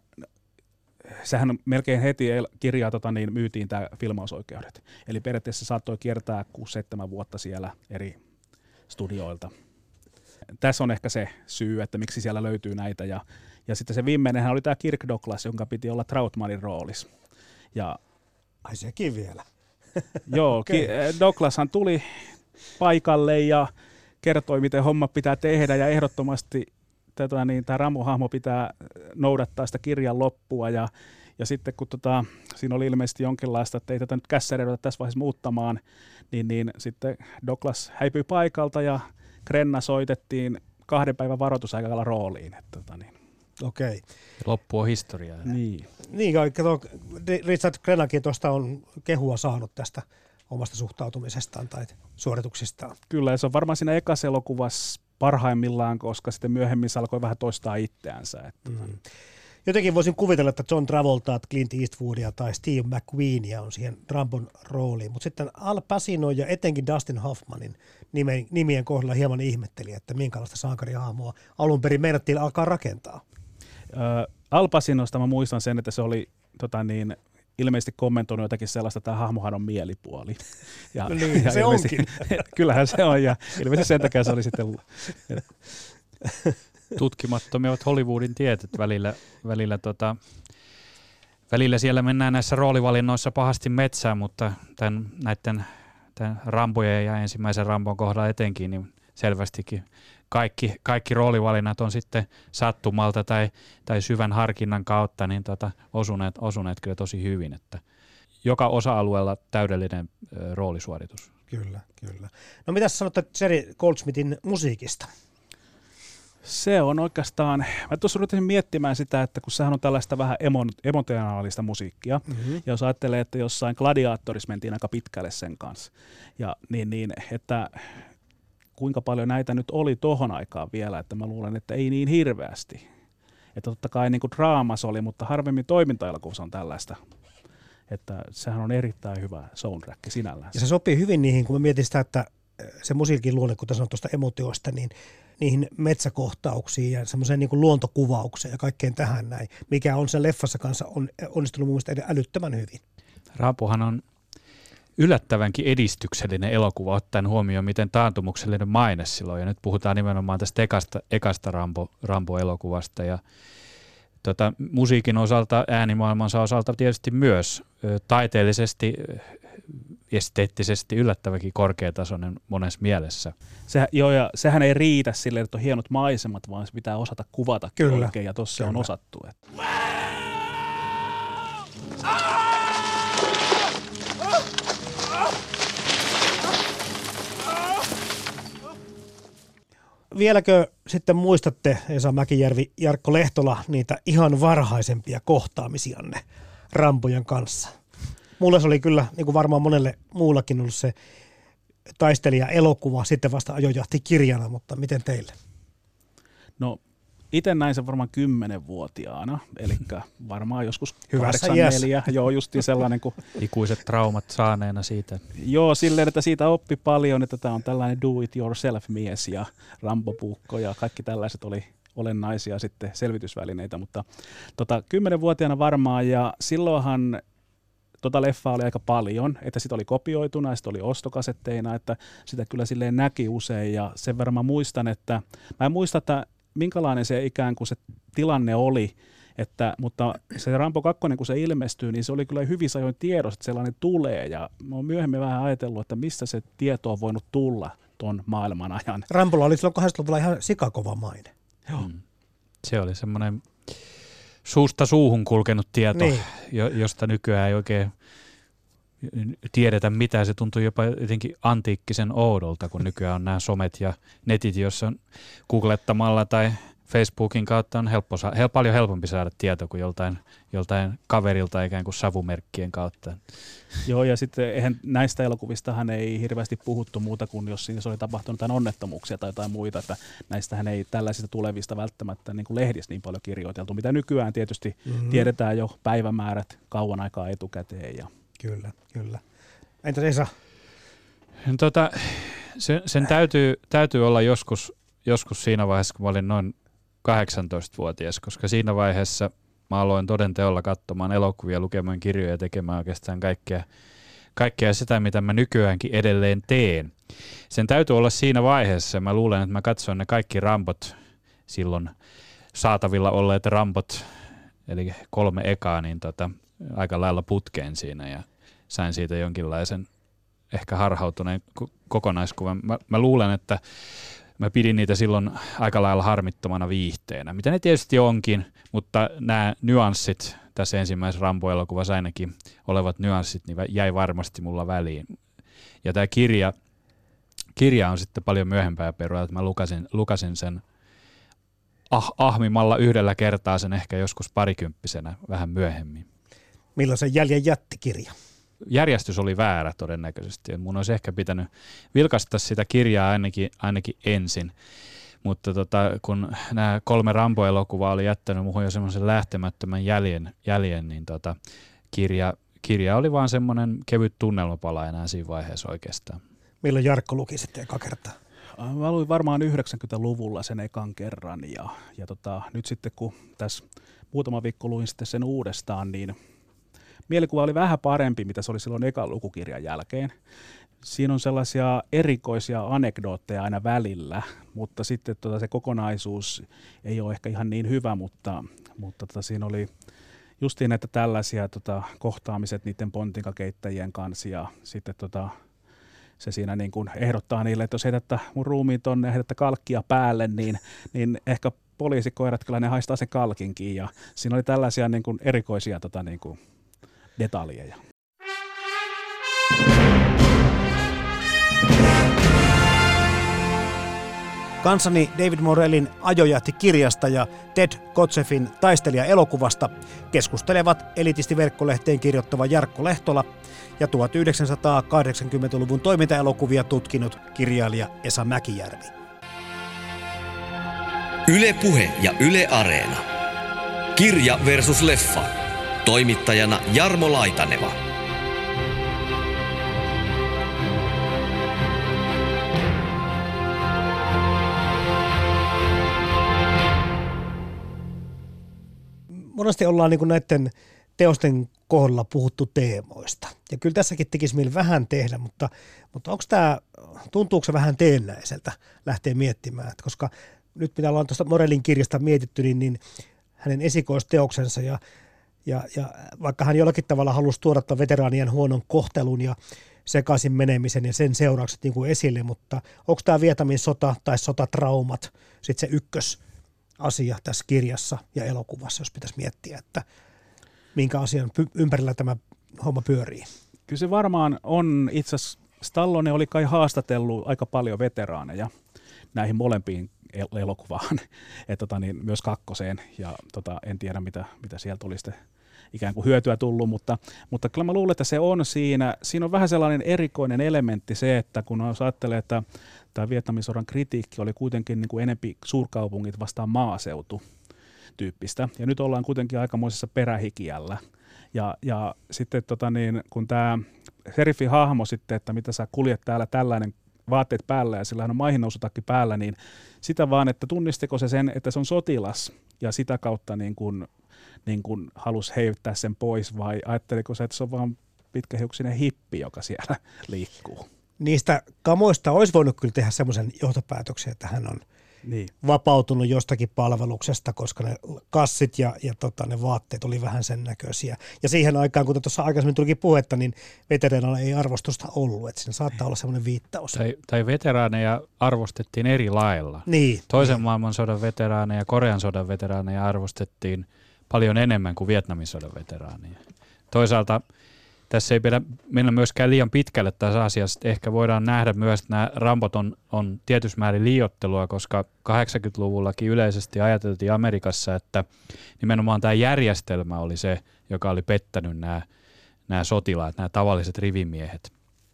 D: sehän melkein heti kirjaa tota, niin myytiin tämä filmausoikeudet. Eli periaatteessa saattoi kiertää kuusi seitsemän vuotta siellä eri studioilta. Tässä on ehkä se syy, että miksi siellä löytyy näitä. Ja, ja sitten se viimeinenhän oli tämä Kirk Douglas, jonka piti olla Trautmanin roolis. Ja,
E: Ai sekin vielä.
D: joo, okay. Douglashan tuli paikalle ja kertoi, miten homma pitää tehdä, ja ehdottomasti tätä, niin, tämä Rambo-hahmo pitää noudattaa sitä kirjan loppua, ja, ja sitten kun tota, siinä oli ilmeisesti jonkinlaista, että ei tätä nyt kässäreidota tässä vaiheessa muuttamaan, niin, niin sitten Douglas häipyi paikalta ja Krenna soitettiin kahden päivän varoitusaikalla rooliin. Että, tota, niin.
E: Okei.
C: Loppu on historiaa.
D: Niin.
E: Niin, kato, Richard Crennakin tuosta on kehua saanut tästä omasta suhtautumisestaan tai suorituksistaan.
D: Kyllä, ja se on varmaan siinä ekassa elokuvassa parhaimmillaan, koska sitten myöhemmin se alkoi vähän toistaa itseänsä. Että.
E: Mm. Jotenkin voisin kuvitella, että John Travoltaa, Clint Eastwoodia tai Steve McQueenia on siihen Rambon rooliin, mutta sitten Al Pacino ja etenkin Dustin Hoffmanin nimen, nimien kohdalla hieman ihmetteli, että minkälaista sankarihahmoa alun perin meinattiin alkaa rakentaa.
D: Ö, Al Pacinosta mä muistan sen, että se oli tota niin, ilmeisesti kommentoinut jotakin sellaista, että tämä hahmohan on mielipuoli. Ja,
E: no niin,
D: ja
E: se onkin.
D: Kyllähän se on, ja ilmeisesti sen takia se oli sitten...
C: Tutkimattomia ovat Hollywoodin tietet välillä, välillä, tota, välillä siellä mennään näissä roolivalinnoissa pahasti metsään, mutta tämän, näiden tämän Rambojen ja ensimmäisen Rambon kohdalla etenkin, niin selvästikin kaikki, kaikki roolivalinnat on sitten sattumalta tai, tai syvän harkinnan kautta niin tota, osuneet, osuneet kyllä tosi hyvin, että joka osa-alueella täydellinen ö, roolisuoritus.
E: Kyllä, kyllä. No mitä sanotte Jerry Goldsmithin musiikista?
D: Se on oikeastaan, mä tuossa rupesin miettimään sitä, että kun sehän on tällaista vähän emon, emotionaalista musiikkia, mm-hmm. ja jos ajattelee, että jossain Gladiatorissa mentiin aika pitkälle sen kanssa, ja niin, niin, että kuinka paljon näitä nyt oli tohon aikaan vielä, että mä luulen, että ei niin hirveästi. Että totta kai niin kuin draamas oli, mutta harvemmin toimintaelokuvassa on tällaista. Että sehän on erittäin hyvä soundtrack sinällään.
E: Ja se sopii hyvin niihin, kun mä mietin sitä, että se musiikin luonne, kun sanoit tuosta emotioista, niin niihin metsäkohtauksiin ja semmoiseen niin kuin luontokuvaukseen ja kaikkeen tähän näin, mikä on sen leffassa kanssa on onnistunut mun mielestä älyttömän hyvin.
C: Rambohan on yllättävänkin edistyksellinen elokuva ottaen huomioon, miten taantumuksellinen maine silloin. Ja nyt puhutaan nimenomaan tästä ekasta, ekasta Rambo, Rambo-elokuvasta. Ja tota, musiikin osalta, äänimaailmansa osalta tietysti myös ö, taiteellisesti, esteettisesti yllättävänkin korkeatasoinen monessa mielessä.
D: Se, joo, ja sehän ei riitä silleen, että on hienot maisemat, vaan se pitää osata kuvata
E: Kyllä.
D: oikein, ja tuossa se on osattu. Että.
E: Vieläkö sitten muistatte, Esa Mäkijärvi, Jarkko Lehtola, niitä ihan varhaisempia kohtaamisianne Rambojen kanssa? Mulla se oli kyllä, niin kuin varmaan monelle muullakin ollut se taistelija-elokuva, sitten vasta ajojahti kirjana, mutta miten teille?
D: No itse näin sen varmaan kymmenvuotiaana, eli varmaan joskus
E: Hyvässä
D: kahdeksan neljä, joo justiin sellainen kuin...
C: Ikuiset traumat saaneena siitä.
D: Joo, silleen, että siitä oppi paljon, että tämä on tällainen do-it-yourself-mies ja Rambo-puukko ja kaikki tällaiset oli olennaisia sitten selvitysvälineitä, mutta tota, kymmenvuotiaana varmaan ja silloinhan tota leffaa oli aika paljon, että sitä oli kopioituna ja sitä oli ostokasetteina, että sitä kyllä silleen näki usein ja sen verran mä muistan, että mä en muista, että minkälainen se ikään kuin se tilanne oli, että, mutta se Rambo kaksi, kun se ilmestyy, niin se oli kyllä hyvissä ajoin tiedossa, että sellainen tulee ja mä oon myöhemmin vähän ajatellut, että mistä se tieto on voinut tulla ton maailman ajan.
E: Rambolla oli silloin kahdeksankymmentäluvulla ihan sikakova maine.
C: Joo. Mm. Se oli semmoinen suusta suuhun kulkenut tieto, niin. josta nykyään ei oikein tiedetä mitään. Se tuntuu jopa jotenkin antiikkisen oudolta, kun nykyään on nämä somet ja netit, joissa on googlettamalla tai Facebookin kautta on helppo, hel, paljon helpompi saada tieto kuin joltain, joltain kaverilta ikään kuin savumerkkien kautta.
D: Joo, ja sitten eihän näistä elokuvistahan ei hirveästi puhuttu muuta kuin jos siinä oli tapahtunut jotain onnettomuuksia tai jotain muita, että näistähän ei tällaisista tulevista välttämättä niin kuin lehdissä niin paljon kirjoiteltu, mitä nykyään tietysti mm-hmm. tiedetään jo päivämäärät kauan aikaa etukäteen. Ja.
E: Kyllä, kyllä. Entäs Esa?
C: Tota, sen sen täytyy, täytyy olla joskus, joskus siinä vaiheessa, kun mä olin noin kahdeksantoistavuotias, koska siinä vaiheessa mä aloin toden teolla katsomaan elokuvia, lukemaan kirjoja ja tekemään oikeastaan kaikkea, kaikkea sitä, mitä mä nykyäänkin edelleen teen. Sen täytyy olla siinä vaiheessa, mä luulen, että mä katsoin ne kaikki Rambot, silloin saatavilla olleet Rambot, eli kolme ekaa, niin tota, aika lailla putkeen siinä ja sain siitä jonkinlaisen ehkä harhautuneen kokonaiskuvan. Mä, mä luulen, että mä pidin niitä silloin aika lailla harmittomana viihteenä, mitä ne tietysti onkin, mutta nämä nyanssit tässä ensimmäisessä Rambo-elokuvassa ainakin olevat nyanssit, niin jäi varmasti mulla väliin. Ja tämä kirja, kirja on sitten paljon myöhempää perua, että mä lukasin, lukasin sen ah, ahmimalla yhdellä kertaa sen ehkä joskus parikymppisenä vähän myöhemmin.
E: Millaisen jäljen jätti kirja?
C: Järjestys oli väärä todennäköisesti. Mun olisi ehkä pitänyt vilkaista sitä kirjaa ainakin, ainakin ensin. mutta tota, kun nämä kolme Rambo-elokuvaa oli jättänyt muuhun jo semmoisen lähtemättömän jäljen, jäljen niin tota, kirja, kirja oli vaan semmoinen kevyt tunnelmapala enää siinä vaiheessa oikeastaan.
E: Milloin Jarkko luki sitten eka kertaa?
D: Mä luin varmaan yhdeksänkymmentäluvulla sen ekan kerran ja, ja tota, nyt sitten kun tässä muutama viikko luin sitten sen uudestaan, niin mielikuva oli vähän parempi, mitä se oli silloin ekan lukukirjan jälkeen. Siinä on sellaisia erikoisia anekdootteja aina välillä, mutta sitten tota, se kokonaisuus ei ole ehkä ihan niin hyvä, mutta, mutta tota, siinä oli justiin näitä tällaisia tota, kohtaamiset niiden pontinkakeittäjien kanssa ja sitten tota, se siinä niin kuin ehdottaa niille, että jos heitätte mun ruumiin tonne ja heitätte kalkkia päälle, niin, niin ehkä poliisikoirat kyllä ne haistaa sen kalkinkin ja siinä oli tällaisia niin kuin erikoisia tota, niin kuin detaljeja.
E: Kanssani David Morellin Ajojahti-kirjasta ja Ted Kotzeffin taistelija-elokuvasta keskustelevat Elitisti-verkkolehteen kirjoittava Jarkko Lehtola ja tuhatyhdeksänsataakahdeksankymmentäluvun toimintaelokuvia tutkinut kirjailija Esa Mäkijärvi.
B: Yle Puhe ja Yle Areena. Kirja versus leffa. Toimittajana Jarmo Laitaneva.
E: Monesti ollaan niin kuin näiden teosten kohdalla puhuttu teemoista. Ja kyllä tässäkin tekisi mieli vähän tehdä, mutta, mutta onko tämä, tuntuuko se vähän teennäiseltä lähteä miettimään? Et koska nyt mitä ollaan tuosta Morellin kirjasta mietitty, niin, niin hänen esikoisteoksensa ja, ja, ja vaikka hän jollakin tavalla halusi tuoda veteraanien huonon kohtelun ja sekaisin menemisen ja sen seuraukset niin kuin esille, mutta onko tämä Vietnamin sota tai sotatraumat sitten se ykkös asia tässä kirjassa ja elokuvassa, jos pitäisi miettiä, että minkä asian ympärillä tämä homma pyörii?
D: Kyllä se varmaan on, itse asiassa Stallone oli kai haastatellut aika paljon veteraaneja näihin molempiin el- elokuvaan, et, tota, niin, myös kakkoseen, ja tota, en tiedä mitä, mitä sieltä oli sitten ikään kuin hyötyä tullut, mutta, mutta kyllä mä luulen, että se on siinä, siinä on vähän sellainen erikoinen elementti se, että kun ajattelee, että tämä Vietnamin sodan kritiikki oli kuitenkin niin kuin enempi suurkaupungit vastaan maaseutu tyyppistä, ja nyt ollaan kuitenkin aikamoisessa perähikiällä, ja, ja sitten tota niin, kun tämä sheriffin hahmo sitten, että mitä sä kuljet täällä tällainen vaatteet päällä ja sillä on maihinnousutakki päällä, niin sitä vaan, että tunnistiko se sen, että se on sotilas, ja sitä kautta niin kuin niin kuin halusi heittää sen pois, vai ajatteliko se, että se on vaan pitkähiuksinen hippi, joka siellä liikkuu?
E: Niistä kamoista olisi voinut kyllä tehdä semmoisen johtopäätöksen, että hän on
D: niin
E: vapautunut jostakin palveluksesta, koska ne kassit ja, ja tota, ne vaatteet oli vähän sen näköisiä. Ja siihen aikaan, kuten tuossa aikaisemmin tulikin puhetta, niin veteraaneilla ei arvostusta ollut, että siinä saattaa olla semmoinen viittaus.
C: Tai, tai veteraaneja arvostettiin eri lailla.
E: Niin.
C: Toisen niin. maailmansodan veteraaneja ja Korean sodan veteraaneja arvostettiin paljon enemmän kuin Vietnamin sodan veteraaneja. Toisaalta tässä ei pidä mennä myöskään liian pitkälle tässä asiassa. Ehkä voidaan nähdä myös, että nämä Rambot on, on tietyssä määrin liioittelua, koska kahdeksankymmentäluvullakin yleisesti ajateltiin Amerikassa, että nimenomaan tämä järjestelmä oli se, joka oli pettänyt nämä, nämä sotilaat, nämä tavalliset rivimiehet.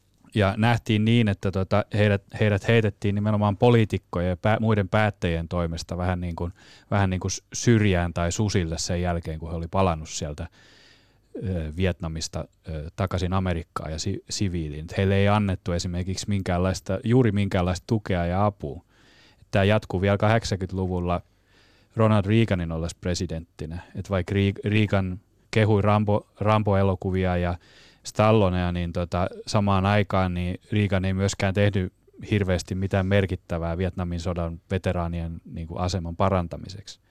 C: Ja nähtiin niin, että tota, heidät, heidät heitettiin nimenomaan poliitikkojen ja pää, muiden päättäjien toimesta vähän niin, kuin, vähän niin kuin syrjään tai susille sen jälkeen, kun he oli palannut sieltä ö, Vietnamista ö, takaisin Amerikkaan ja si, siviiliin. Et heille ei annettu esimerkiksi minkäänlaista, juuri minkäänlaista tukea ja apua. Tämä jatkuu vielä kahdeksankymmentäluvulla Ronald Reaganin ollessa presidenttinä. Et vaikka Reagan kehui Rambo, Rambo-elokuvia ja Stallonea, niin tota, samaan aikaan niin Reagan ei myöskään tehnyt hirveästi mitään merkittävää Vietnamin sodan veteraanien niin kuin aseman parantamiseksi.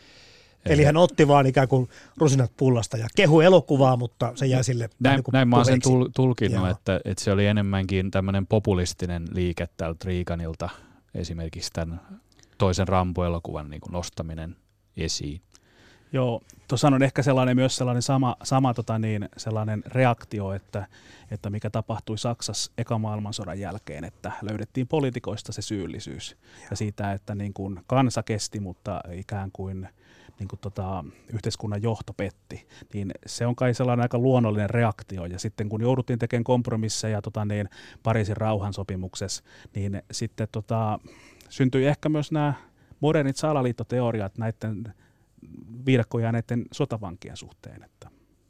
E: Eli hän otti vaan ikään kuin rusinat pullasta ja kehui elokuvaa, mutta se jäi sille
C: näin,
E: niin kuin
C: näin mä oon sen
E: puheeksi.
C: tulkinut, että, että se oli enemmänkin tämmöinen populistinen liike tältä Reaganilta, esimerkiksi tämän toisen Rambo-elokuvan niin kuin nostaminen esiin.
D: Joo, tuossa on ehkä sellainen myös sellainen sama, sama tota niin, sellainen reaktio, että, että mikä tapahtui Saksassa ekan maailmansodan jälkeen, että löydettiin poliitikoista se syyllisyys ja, ja siitä, että niin kuin kansa kesti, mutta ikään kuin, niin kuin tota, yhteiskunnan johto petti, niin se on kai sellainen aika luonnollinen reaktio ja sitten kun jouduttiin tekemään kompromisseja tota niin, Pariisin rauhansopimuksessa, niin sitten tota, syntyi ehkä myös nämä modernit salaliittoteoriat näiden viidakkoja näiden sotavankien suhteen. Että,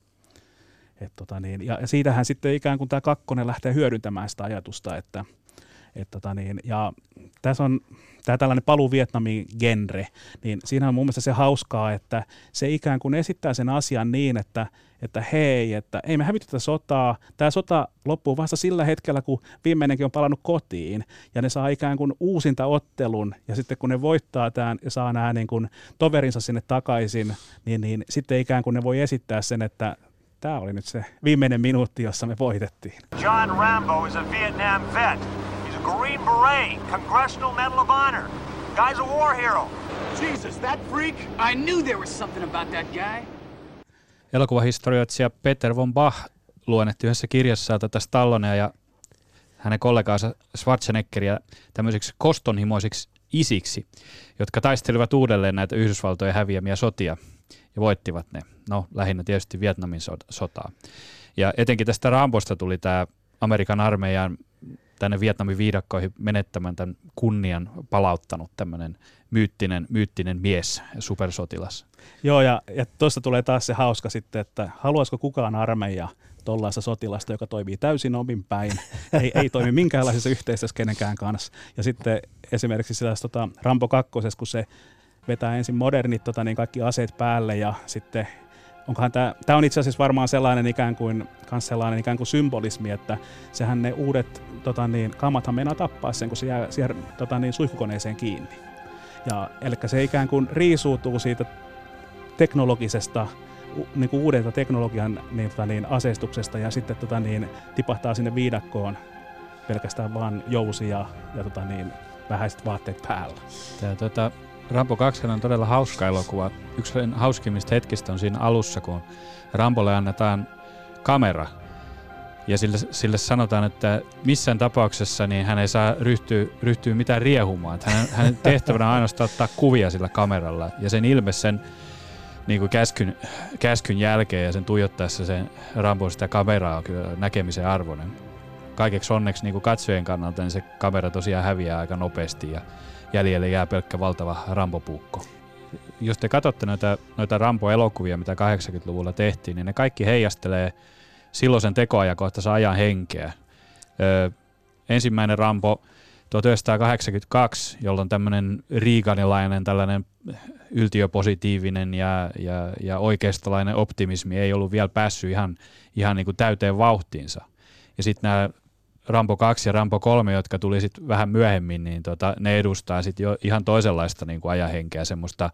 D: et tota niin, ja siitähän sitten ikään kuin tämä kakkonen lähtee hyödyntämään sitä ajatusta, että et tota niin, ja tässä on tämä tällainen paluu Vietnamin genre, niin siinä on mun mielestä se hauskaa, että se ikään kuin esittää sen asian niin, että, että hei, että ei me hävitetä sotaa, tämä sota loppuu vasta sillä hetkellä, kun viimeinenkin on palannut kotiin, ja ne saa ikään kuin uusinta ottelun, ja sitten kun ne voittaa tämän ja saa nämä niin kuin toverinsa sinne takaisin, niin, niin sitten ikään kuin ne voi esittää sen, että tämä oli nyt se viimeinen minuutti, jossa me voitettiin.
J: John Rambo is a Vietnam vet. Green Beret, Congressional Medal of Honor. Guy's a war hero.
I: Jesus, that freak! I knew there was something about that guy.
C: Elokuvahistorioitsija Peter von Bach luonnehti yhdessä kirjassaan tätä Stallonea ja hänen kollegaansa Schwarzeneggeria tämmöisiksi kostonhimoisiksi isiksi, jotka taistelivat uudelleen näitä Yhdysvaltojen häviämiä sotia ja voittivat ne. No, lähinnä tietysti Vietnamin sotaa. Ja etenkin tästä Rambosta tuli tämä Amerikan armeijan tänne Vietnamin viidakkoihin menettämään tämän kunnian palauttanut tämmöinen myyttinen, myyttinen mies, supersotilas.
D: Joo, ja, ja tuosta tulee taas se hauska sitten, että haluaisiko kukaan armeija tuollaista sotilasta, joka toimii täysin omin päin, ei, ei toimi minkäänlaisessa yhteistyössä kenenkään kanssa. Ja sitten esimerkiksi sitä tota, Rambo kakkosessa, kun se vetää ensin modernit tota, niin kaikki aseet päälle ja sitten onkohan tämä, tämä on itse asiassa varmaan sellainen ikään kuin, kans sellainen ikään kuin symbolismi, että sehän ne uudet tota niin, kamathan meinaa tappaa sen, kun se jää siihen tota niin, suihkukoneeseen kiinni. Ja, eli se ikään kuin riisuutuu siitä teknologisesta, niin kuin uudelta teknologian niin, tota niin, aseistuksesta ja sitten tota niin, tipahtaa sinne viidakkoon pelkästään vaan jousi ja, ja tota niin, vähäiset vaatteet päällä.
C: Tämä, tota, Rambo kaksi on todella hauska elokuva. Yksi hauskimmista hetkistä on siinä alussa, kun Rambolle annetaan kamera. Ja sille, sille sanotaan, että missään tapauksessa niin hän ei saa ryhtyä, ryhtyä mitään riehumaan. Hänen, hänen tehtävänä on ainoastaan ottaa kuvia sillä kameralla. Ja sen ilme sen niin kuin käskyn, käskyn jälkeen ja sen tuijottaessa sen Rambo sitä kameraa on kyllä näkemisen arvoinen. Kaikeksi onneksi niin kuin katsojien kannalta niin se kamera tosiaan häviää aika nopeasti ja jäljelle jää pelkkä valtava Rambo-puukko. Jos te katsotte noita, noita Rambo-elokuvia, mitä kahdeksankymmentäluvulla tehtiin, niin ne kaikki heijastelee silloisen tekoajankohtaisen ajan henkeä. Öö, ensimmäinen Rambo tuhatyhdeksänsataakahdeksankymmentäkaksi, jolloin tämmöinen reaganilainen, tällainen yltiöpositiivinen ja, ja, ja oikeistolainen optimismi ei ollut vielä päässyt ihan, ihan niin kuin täyteen vauhtiinsa. Ja sitten nämä Rambo kaksi ja Rambo kolme, jotka tuli sitten vähän myöhemmin, niin tota, ne edustaa sitten jo ihan toisenlaista niin kuin ajanhenkeä, semmoista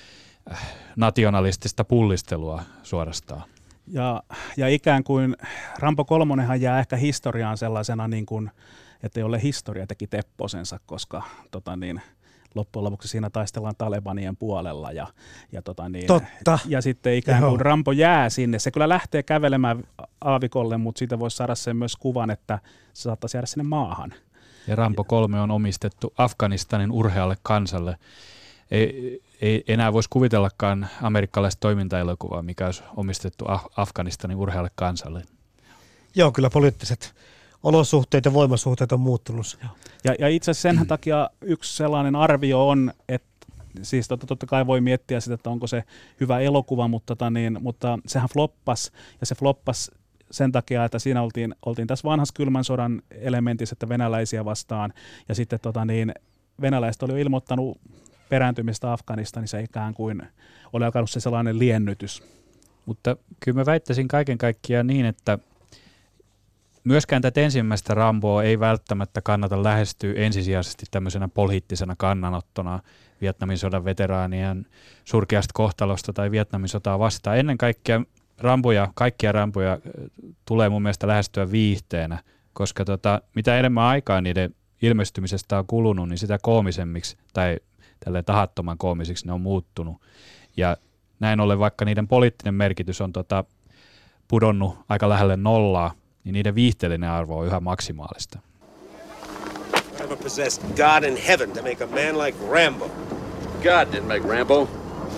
C: nationalistista pullistelua suorastaan.
D: Ja, ja ikään kuin Rambo kolmonenhan jää ehkä historiaan sellaisena, niin kuin, että jolle historia teki tepposensa, koska tota niin, loppujen lopuksi siinä taistellaan Talebanien puolella. Ja, ja, tota niin,
E: Totta.
D: ja sitten ikään kuin Joo. Rambo jää sinne. Se kyllä lähtee kävelemään aavikolle, mutta siitä voisi saada sen myös kuvan, että se saattaisi jäädä sinne maahan.
C: Ja Rambo kolme on omistettu Afganistanin urhealle kansalle. Ei, ei enää voisi kuvitellakaan amerikkalaista toimintaelokuvaa, mikä olisi omistettu Af- Afganistanin urhealle kansalle.
E: Joo, kyllä poliittiset olosuhteet ja voimasuhteet on muuttunut.
D: Ja, ja itse asiassa sen takia yksi sellainen arvio on, että siis totta, totta kai voi miettiä sitä, että onko se hyvä elokuva, mutta, tota niin, mutta sehän floppasi ja se floppasi sen takia, että siinä oltiin, oltiin tässä vanhassa kylmän sodan elementissä, että venäläisiä vastaan ja sitten tota niin, venäläiset oli jo ilmoittanut perääntymistä Afganistanissa ikään kuin oli alkanut se sellainen liennytys.
C: Mutta kyllä mä väittäisin kaiken kaikkiaan niin, että myöskään tätä ensimmäistä Ramboa ei välttämättä kannata lähestyä ensisijaisesti tämmöisenä poliittisena kannanottona Vietnamin sodan veteraanien surkeasta kohtalosta tai Vietnamin sotaa vastaan. Ennen kaikkea Ramboja, kaikkia Ramboja tulee mun mielestä lähestyä viihteenä, koska tota, mitä enemmän aikaa niiden ilmestymisestä on kulunut, niin sitä koomisemmiksi tai tälleen tahattoman koomisiksi ne on muuttunut. Ja näin ollen, vaikka niiden poliittinen merkitys on tota, pudonnut aika lähelle nollaa, niin niiden viihteellinen arvo on yhä maksimaalista.
A: Never possessed God in heaven to make a man like Rambo.
F: God didn't make Rambo.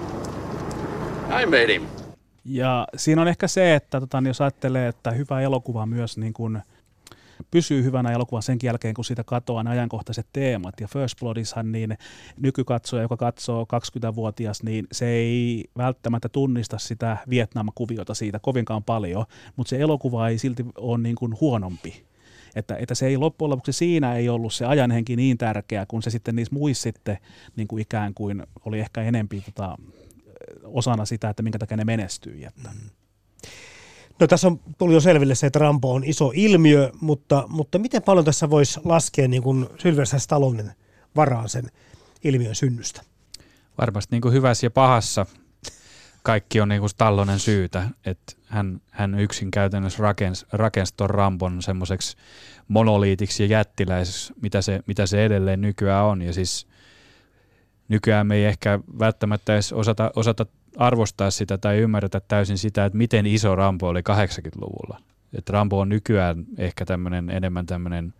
F: I made him.
D: Ja siinä on ehkä se, että tota, jos ajattelee, että hyvä elokuva myös niin kuin pysyy hyvänä elokuvan sen jälkeen, kun siitä katoaa ne ajankohtaiset teemat. Ja First Bloodishan niin nykykatsoja, joka katsoo kaksikymmentävuotias, niin se ei välttämättä tunnista sitä Vietnam-kuviota siitä kovinkaan paljon, mutta se elokuva ei silti ole niin kuin huonompi. Että, että se ei loppujen lopuksi siinä ei ollut se ajanhenki niin tärkeä, kun se sitten niissä muissa sitten niin kuin ikään kuin oli ehkä enempi tota, osana sitä, että minkä takia ne menestyi. Että.
E: No tässä on tullut jo selville se, että Rambo on iso ilmiö, mutta, mutta miten paljon tässä voisi laskea niin kuin Sylvester Stallonen varaan sen ilmiön synnystä?
C: Varmasti niin kuin hyvässä ja pahassa kaikki on niin kuin Stallonen syytä, että hän, hän yksin käytännössä rakensi, rakensi ton Rambon semmoiseksi monoliitiksi ja jättiläiseksi, mitä se, mitä se edelleen nykyään on. Ja siis nykyään me ei ehkä välttämättä edes osata, osata arvostaa sitä tai ymmärretä täysin sitä, että miten iso Rambo oli kahdeksankymmentäluvulla. Että Rambo on nykyään ehkä tämmöinen enemmän tämmöinen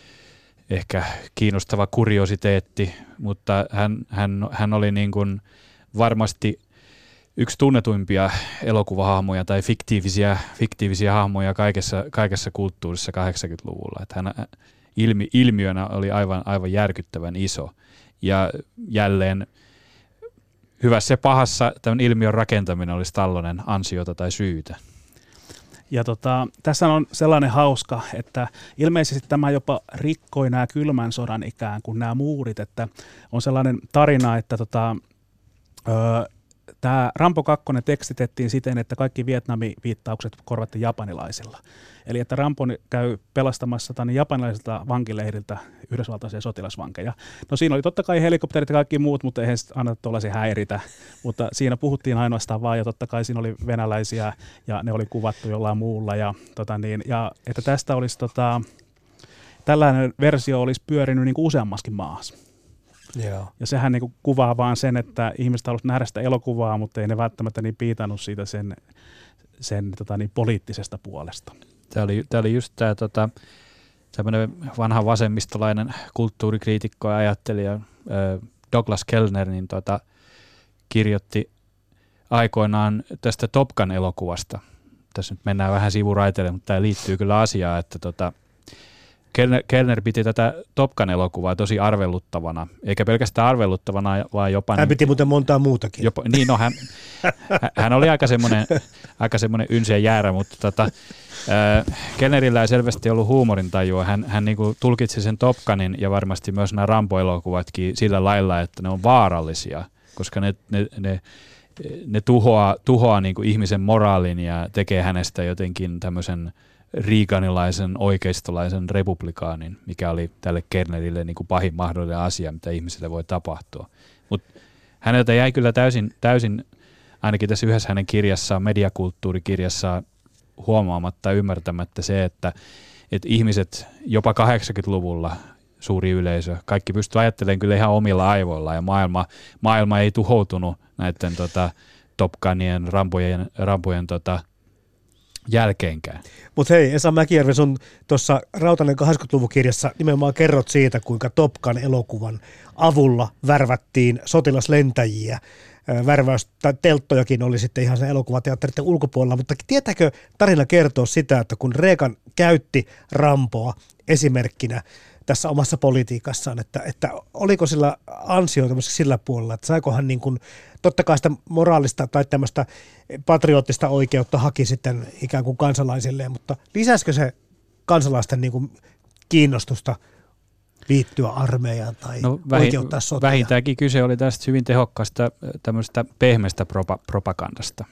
C: ehkä kiinnostava kuriositeetti, mutta hän, hän, hän oli niin kuin varmasti yksi tunnetuimpia elokuvahahmoja tai fiktiivisiä, fiktiivisiä hahmoja kaikessa, kaikessa kulttuurissa kahdeksankymmentäluvulla. Että hän ilmi, ilmiönä oli aivan, aivan järkyttävän iso. Ja jälleen hyvässä ja pahassa tämän ilmiön rakentaminen oli Stallonen ansiota tai syytä.
D: Ja tota, tässä on sellainen hauska, että ilmeisesti tämä jopa rikkoi nämä kylmän sodan ikään kuin nämä muurit, että on sellainen tarina, että tota, öö, tämä Rambo kaksi tekstitettiin siten, että kaikki Vietnamin viittaukset korvattiin japanilaisilla. Eli että Rambo käy pelastamassa tänne japanilaisilta vankileiriltä yhdysvaltaisia sotilasvankeja. No siinä oli totta kai helikopterit ja kaikki muut, mutta eihän anna tuollaisia häiritä. Mutta siinä puhuttiin ainoastaan vaan ja totta kai siinä oli venäläisiä ja ne oli kuvattu jollain muulla. Ja, tota niin, ja että tästä olisi tota, tällainen versio olisi pyörinyt niin kuin useammaskin maassa.
E: Joo.
D: Ja sehän niin kuin kuvaa vaan sen, että ihmiset halusivat nähdä sitä elokuvaa, mutta ei ne välttämättä niin piitannut siitä sen, sen tota niin, poliittisesta puolesta.
C: Tämä oli, tämä oli just tämä tota, tämmöinen vanha vasemmistolainen kulttuurikriitikko ja ajattelija Douglas Kellner niin tota, kirjoitti aikoinaan tästä Top Gun-elokuvasta. Tässä nyt mennään vähän sivuraiteille, mutta tämä liittyy kyllä asiaan, että tota, Kellner, Kellner piti tätä Top Gun-elokuvaa tosi arveluttavana, eikä pelkästään arveluttavana, vaan jopa...
E: Hän piti muuten montaa muutakin.
C: Jopa, niin, no hän, hän oli aika semmoinen, aika semmoinen ynsiä jäärä, mutta tota, äh, Kellnerillä ei selvästi ollut huumorintajua. Hän, hän niinku tulkitsi sen Top Gunin ja varmasti myös nämä Rambo-elokuvatkin sillä lailla, että ne on vaarallisia, koska ne, ne, ne, ne tuhoaa, tuhoaa niinku ihmisen moraalin ja tekee hänestä jotenkin tämmöisen reaganilaisen oikeistolaisen republikaanin, mikä oli tälle Kellnerille niin kuin pahin mahdollinen asia, mitä ihmisille voi tapahtua. Mutta häneltä jäi kyllä täysin, täysin, ainakin tässä yhdessä hänen kirjassaan, mediakulttuurikirjassaan, huomaamatta ja ymmärtämättä se, että, että ihmiset jopa kahdeksankymmentäluvulla, suuri yleisö, kaikki pystyy ajattelemaan kyllä ihan omilla aivoilla, ja maailma, maailma ei tuhoutunut näiden tota, Top Gunien, Rambojen, Rambojen tota, jälkeenkään.
E: Mutta hei, Esa Mäkijärvi, sun tuossa Rautanen kahdeksankymmentäluvun kirjassa nimenomaan kerrot siitä, kuinka Top Gun-elokuvan avulla värvättiin sotilaslentäjiä. Värväys, tai telttojakin oli sitten ihan sen elokuvateatterin ulkopuolella, mutta tietääkö tarina kertoo sitä, että kun Reagan käytti Ramboa esimerkkinä tässä omassa politiikassaan, että, että oliko sillä ansioita sillä puolella, että saikohan niin kuin, totta kai sitä moraalista tai tämmöistä patriottista oikeutta haki sitten ikään kuin kansalaisilleen, mutta lisäskö se kansalaisten niin kuin kiinnostusta liittyä armeijaan tai
C: no, vähin,
E: oikeuttaa sotia?
C: Vähintäänkin kyse oli tästä hyvin tehokkaasta tämmöisestä pehmeästä propa, propagandasta.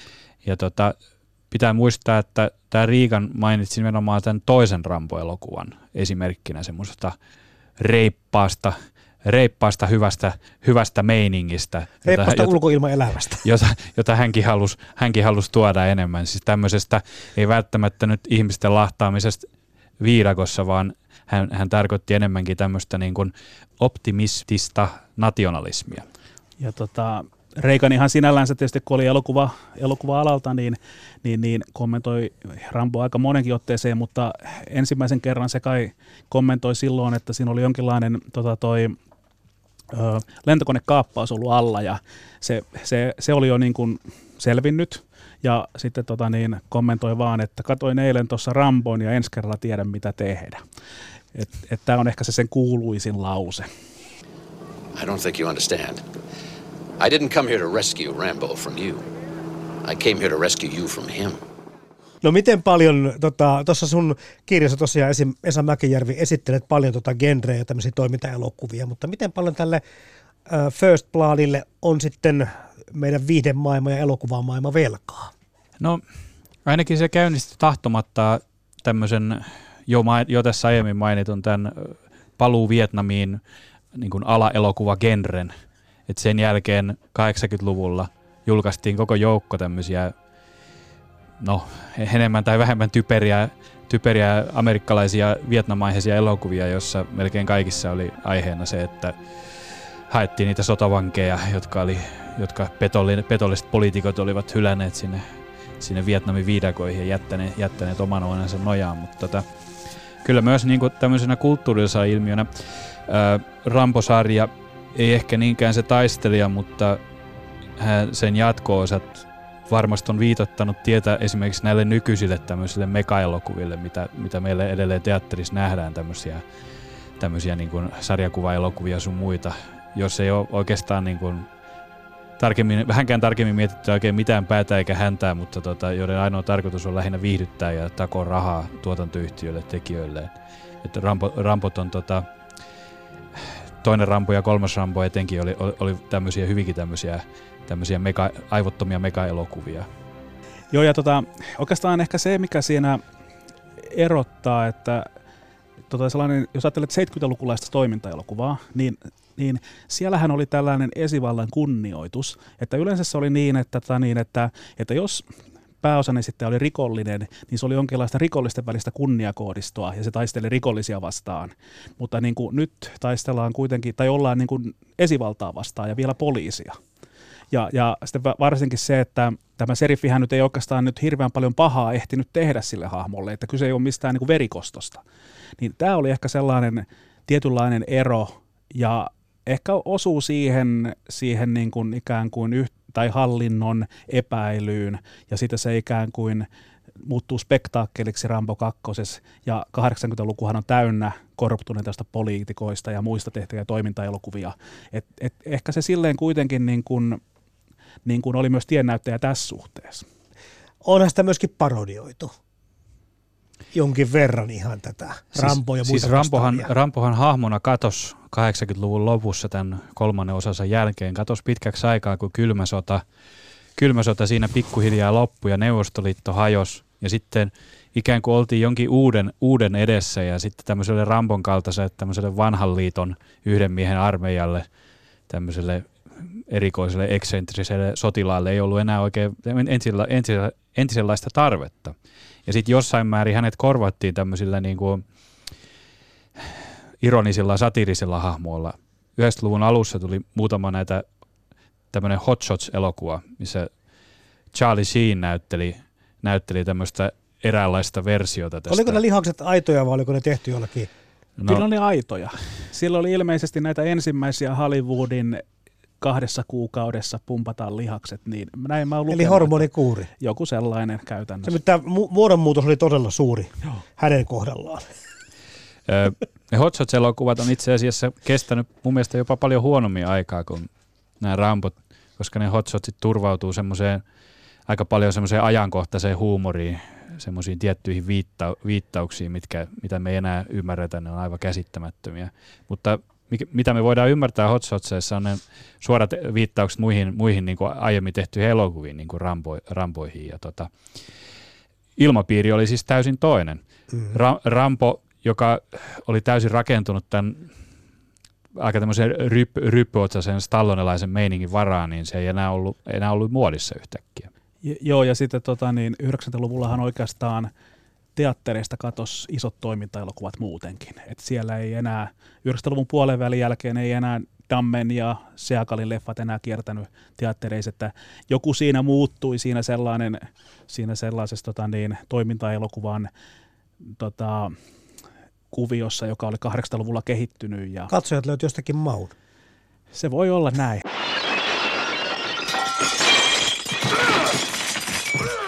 C: Ja tota, pitää muistaa, että tämä Reagan mainitsi nimenomaan tämän toisen Rambo-elokuvan esimerkkinä semmoisesta reippaasta, reippaasta hyvästä, hyvästä meiningistä.
E: Reippaasta ulkoilmaelämästä.
C: Jota, jota hänkin halusi, hänkin halusi tuoda enemmän. Siis tämmöisestä ei välttämättä nyt ihmisten lahtaamisesta viidakossa, vaan hän, hän tarkoitti enemmänkin tämmöistä niin kuin optimistista nationalismia.
D: Ja tota... Reaganihan sinällänsä tietysti, kun oli elokuva, elokuva-alalta, niin, niin, niin kommentoi Rambo aika monenkin otteeseen, mutta ensimmäisen kerran se kai kommentoi silloin, että siinä oli jonkinlainen tota toi, ö, lentokonekaappaus ollut alla ja se, se, se oli jo niin kuin selvinnyt Ja sitten tota niin, kommentoi vaan, että katoin eilen tuossa Rambon ja ensi kerralla tiedän mitä tehdä. Että et tämä on ehkä se sen kuuluisin lause.
F: I don't think you understand. I didn't come here to rescue Rambo from you. I came here to rescue you from him.
E: No miten paljon, tuossa tota, sun kirjassa tosiaan esim. Esa Mäkijärvi esittelet paljon tota genreä ja tämmöisiä toimintaelokuvia, mutta miten paljon tälle uh, First Bloodille on sitten meidän viihdemaailma ja elokuvamaailma velkaa?
C: No ainakin se käynnisti tahtomatta tämmöisen jo, jo tässä aiemmin mainitun tämän paluu Vietnamiin niin kuin alaelokuvagenren. Et sen jälkeen kahdeksankymmentäluvulla julkaistiin koko joukko tämmöisiä no enemmän tai vähemmän typeriä, typeriä amerikkalaisia vietnamaiheisia elokuvia, jossa melkein kaikissa oli aiheena se, että haettiin niitä sotavankeja, jotka, oli, jotka petolliset poliitikot olivat hylänneet sinne, sinne Vietnamin viidakoihin ja jättäneet, jättäneet oman onnensa nojaan. Mutta tota, kyllä myös niin kuin tämmöisenä kulttuurillisena ilmiönä ää, Rambo-sarja ei ehkä niinkään se taistelija, mutta sen jatko-osat varmasti on viitottanut tietä esimerkiksi näille nykyisille tämmöisille mega-elokuville, mitä, mitä meille edelleen teatterissa nähdään, tämmöisiä, tämmöisiä niin kuin sarjakuva-elokuvia sun muita, jos ei ole oikeastaan niin kuin tarkemmin, vähänkään tarkemmin mietitty oikein mitään päätä eikä häntää, mutta tota, joiden ainoa tarkoitus on lähinnä viihdyttää ja takoa rahaa tuotantoyhtiöille, tekijöille. Että Rambo, Rampot on tota, toinen Rambo ja kolmas Rambo etenkin oli, oli, oli tämmöisiä hyvinkin tämmöisiä tämmöisiä mega, aivottomia mega-elokuvia.
D: Joo, ja tota, oikeastaan ehkä se, mikä siinä erottaa, että tota sellainen, jos ajattelet seitsemänkymmentälukulaista toimintaelokuvaa, niin, niin siellähän oli tällainen esivallan kunnioitus, että yleensä se oli niin, että, tota, niin, että, että jos pääosan esittäjä oli rikollinen, niin se oli jonkinlaista rikollisten välistä kunniakoodistoa ja se taisteli rikollisia vastaan. Mutta niin kuin nyt taistellaan kuitenkin, tai ollaan niin kuin esivaltaa vastaan ja vielä poliisia. Ja, ja sitten varsinkin se, että tämä seriffihän nyt ei oikeastaan nyt hirveän paljon pahaa ehtinyt tehdä sille hahmolle, että kyse ei ole mistään niin kuin verikostosta. Niin tämä oli ehkä sellainen tietynlainen ero ja ehkä osuu siihen, siihen niin kuin ikään kuin yht, tai hallinnon epäilyyn ja sitten se ikään kuin muuttuu spektaakkeliksi Rambo kakkosessa ja kahdeksankymmentälukuhan on täynnä korruptuneista poliitikoista ja muista tehtäviä toimintaelokuvia. Et, et ehkä se silleen kuitenkin niin kuin, niin kuin oli myös tiennäyttäjä tässä suhteessa.
E: Onhan sitä myöskin parodioitu jonkin verran ihan tätä Rambo ja muita
C: siis Rambohan, Rambohan hahmona katosi kahdeksankymmentäluvun lopussa tämän kolmannen osansa jälkeen. Katosi pitkäksi aikaa, kun kylmä sota, kylmä sota siinä pikkuhiljaa loppui ja Neuvostoliitto hajosi. Ja sitten ikään kuin oltiin jonkin uuden, uuden edessä ja sitten tämmöiselle Rambon kaltaiselle, tämmöiselle vanhan liiton yhden miehen armeijalle, tämmöiselle erikoiselle eksentriselle sotilaalle ei ollut enää oikein entisellä, entisellä, entisenlaista tarvetta. Ja sitten jossain määrin hänet korvattiin tämmöisillä niin kuin ironisilla, satiirisilla hahmoilla. yhdeksänkymmentäluvun alussa tuli muutama näitä tämmöinen Hot Shots-elokuva, missä Charlie Sheen näytteli, näytteli tämmöistä eräänlaista versiota tästä.
E: Oliko ne lihakset aitoja vai oliko ne tehty jollakin?
D: No. Kyllä ne aitoja. Silloin oli ilmeisesti näitä ensimmäisiä Hollywoodin kahdessa kuukaudessa pumpataan lihakset, niin näin mä oon lukenut.
E: Eli hormonikuuri.
D: Joku sellainen käytännössä.
E: Se, tämä mu- muodonmuutos oli todella suuri Joo. hänen kohdallaan.
C: Ne Hot Shots-elokuvat on itse asiassa kestänyt mun mielestä jopa paljon huonommin aikaa kuin nämä Rambot, koska ne Hot Shotsit turvautuu semmoiseen aika paljon semmoiseen ajankohtaiseen huumoriin, semmoisiin tiettyihin viitta- viittauksiin, mitkä, mitä me ei enää ymmärretä, ne on aivan käsittämättömiä. Mutta mitä me voidaan ymmärtää Hot Shotseissa on ne suorat viittaukset muihin, muihin niin kuin aiemmin tehtyihin elokuviin, niin kuin Rambo, Ramboihin. Ja tota, ilmapiiri oli siis täysin toinen. Mm-hmm. Ra- Rambo, joka oli täysin rakentunut tämän aika tämmöisen ryp- ryppyotsaisen stallonelaisen meiningin varaan, niin se ei enää ollut, enää ollut muodissa yhtäkkiä.
D: J- joo, ja sitten tota, niin yhdeksänkymmentäluvullahan oikeastaan teattereista katosi isot toimintaelokuvat muutenkin. Et siellä ei enää, yhdeksänkymmentäluvun puolen välin jälkeen ei enää Dammen ja Seagalin leffat enää kiertänyt teattereissa, että joku siinä muuttui siinä, sellainen, siinä sellaisessa tota niin, toimintaelokuvan tota, kuviossa, joka oli kahdeksankymmentäluvulla kehittynyt. Ja
E: katsojat löytyi jostakin maun.
D: Se voi olla näin.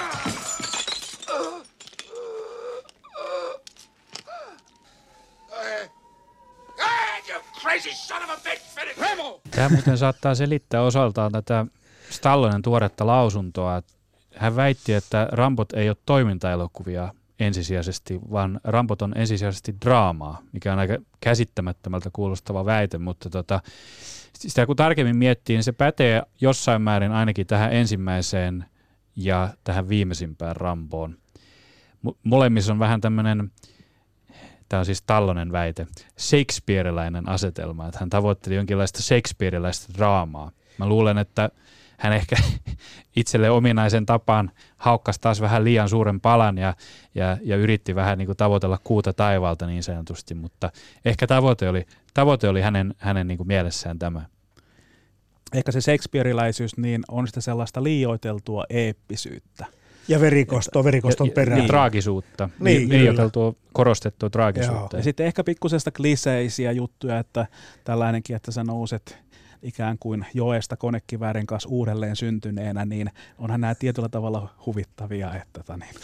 H: crazy son of a bitch! Finish Rambo!
C: Tämä muuten saattaa selittää osaltaan tätä Stallonen tuoretta lausuntoa. Hän väitti, että Rambot ei ole toimintaelokuvia ensisijaisesti, vaan Rambot on ensisijaisesti draamaa, mikä on aika käsittämättömältä kuulostava väite, mutta tota, sitä kun tarkemmin miettii, niin se pätee jossain määrin ainakin tähän ensimmäiseen ja tähän viimeisimpään Ramboon. Molemmissa on vähän tämmöinen, tämä on siis Stallonen väite, shakespeareläinen asetelma, että hän tavoitteli jonkinlaista shakespeareläistä draamaa. Mä luulen, että hän ehkä itselle ominaisen tapaan haukkasi taas vähän liian suuren palan ja, ja, ja yritti vähän niin kuin tavoitella kuuta taivaalta niin sanotusti, mutta ehkä tavoite oli, tavoite oli hänen, hänen niin kuin mielessään tämä.
D: Ehkä se shakespeariläisyys niin on sitä sellaista liioiteltua eeppisyyttä.
E: Ja verikostoa, verikoston perään.
C: Ja traagisuutta,
E: niin,
C: liioiteltua, korostettua traagisuutta.
D: Ja sitten ehkä pikkusesta kliseisiä juttuja, että tällainenkin, että sä nouset ikään kuin joesta konekiväärin kanssa uudelleen syntyneenä, niin onhan nämä tietyllä tavalla huvittavia. Että niin.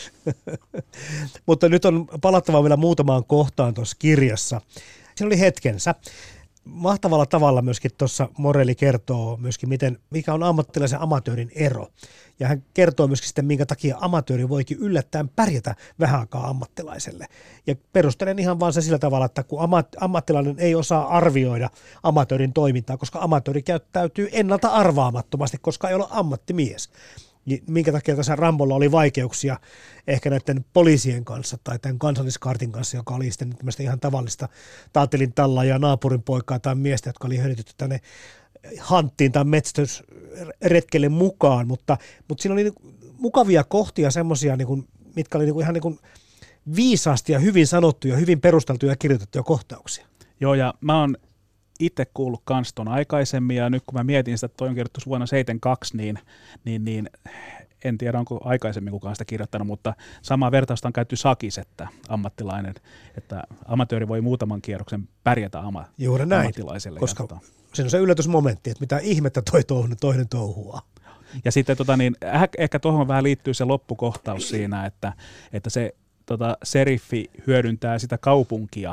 E: Mutta nyt on palattava vielä muutamaan kohtaan tuossa kirjassa. Siinä oli hetkensä. Mahtavalla tavalla myöskin tuossa Morelli kertoo myöskin, miten, mikä on ammattilaisen amatöörin ero. Ja hän kertoo myöskin sitten, minkä takia amatööri voikin yllättäen pärjätä vähän aikaa ammattilaiselle. Ja perustelen ihan vaan se sillä tavalla, että kun ammattilainen ei osaa arvioida amatöörin toimintaa, koska amatööri käyttäytyy ennalta arvaamattomasti, koska ei ole ammattimies. Minkä takia tässä Rambolla oli vaikeuksia ehkä näiden poliisien kanssa tai tämän kansalliskartin kanssa, joka oli sitten ihan tavallista taatelin tallaa ja naapurin poikaa tai miestä, jotka oli hölytetty tänne hanttiin tai metsästysretkelle mukaan, mutta, mutta siinä oli mukavia kohtia semmoisia, niin mitkä oli niin ihan niin viisaasti ja hyvin sanottuja, hyvin perusteltuja ja kirjoitettuja kohtauksia.
D: Joo, ja mä oon itse kuullut kans ton aikaisemmin, ja nyt kun mä mietin sitä, että toi on kirjoittu vuonna seitsemänkymmentäkaksi, niin, niin, niin en tiedä, onko aikaisemmin kukaan sitä kirjoittanut, mutta samaa vertausta on käyty Sakis, että ammattilainen, että amatööri voi muutaman kierroksen pärjätä ama,
E: Juuri näin,
D: ammattilaiselle.
E: Koska tota, siinä on se yllätysmomentti, että mitä ihmettä toi toinen, toinen touhuaa.
D: Ja sitten tota, niin, ehkä tuohon vähän liittyy se loppukohtaus siinä, että, että se tota, seriffi hyödyntää sitä kaupunkia,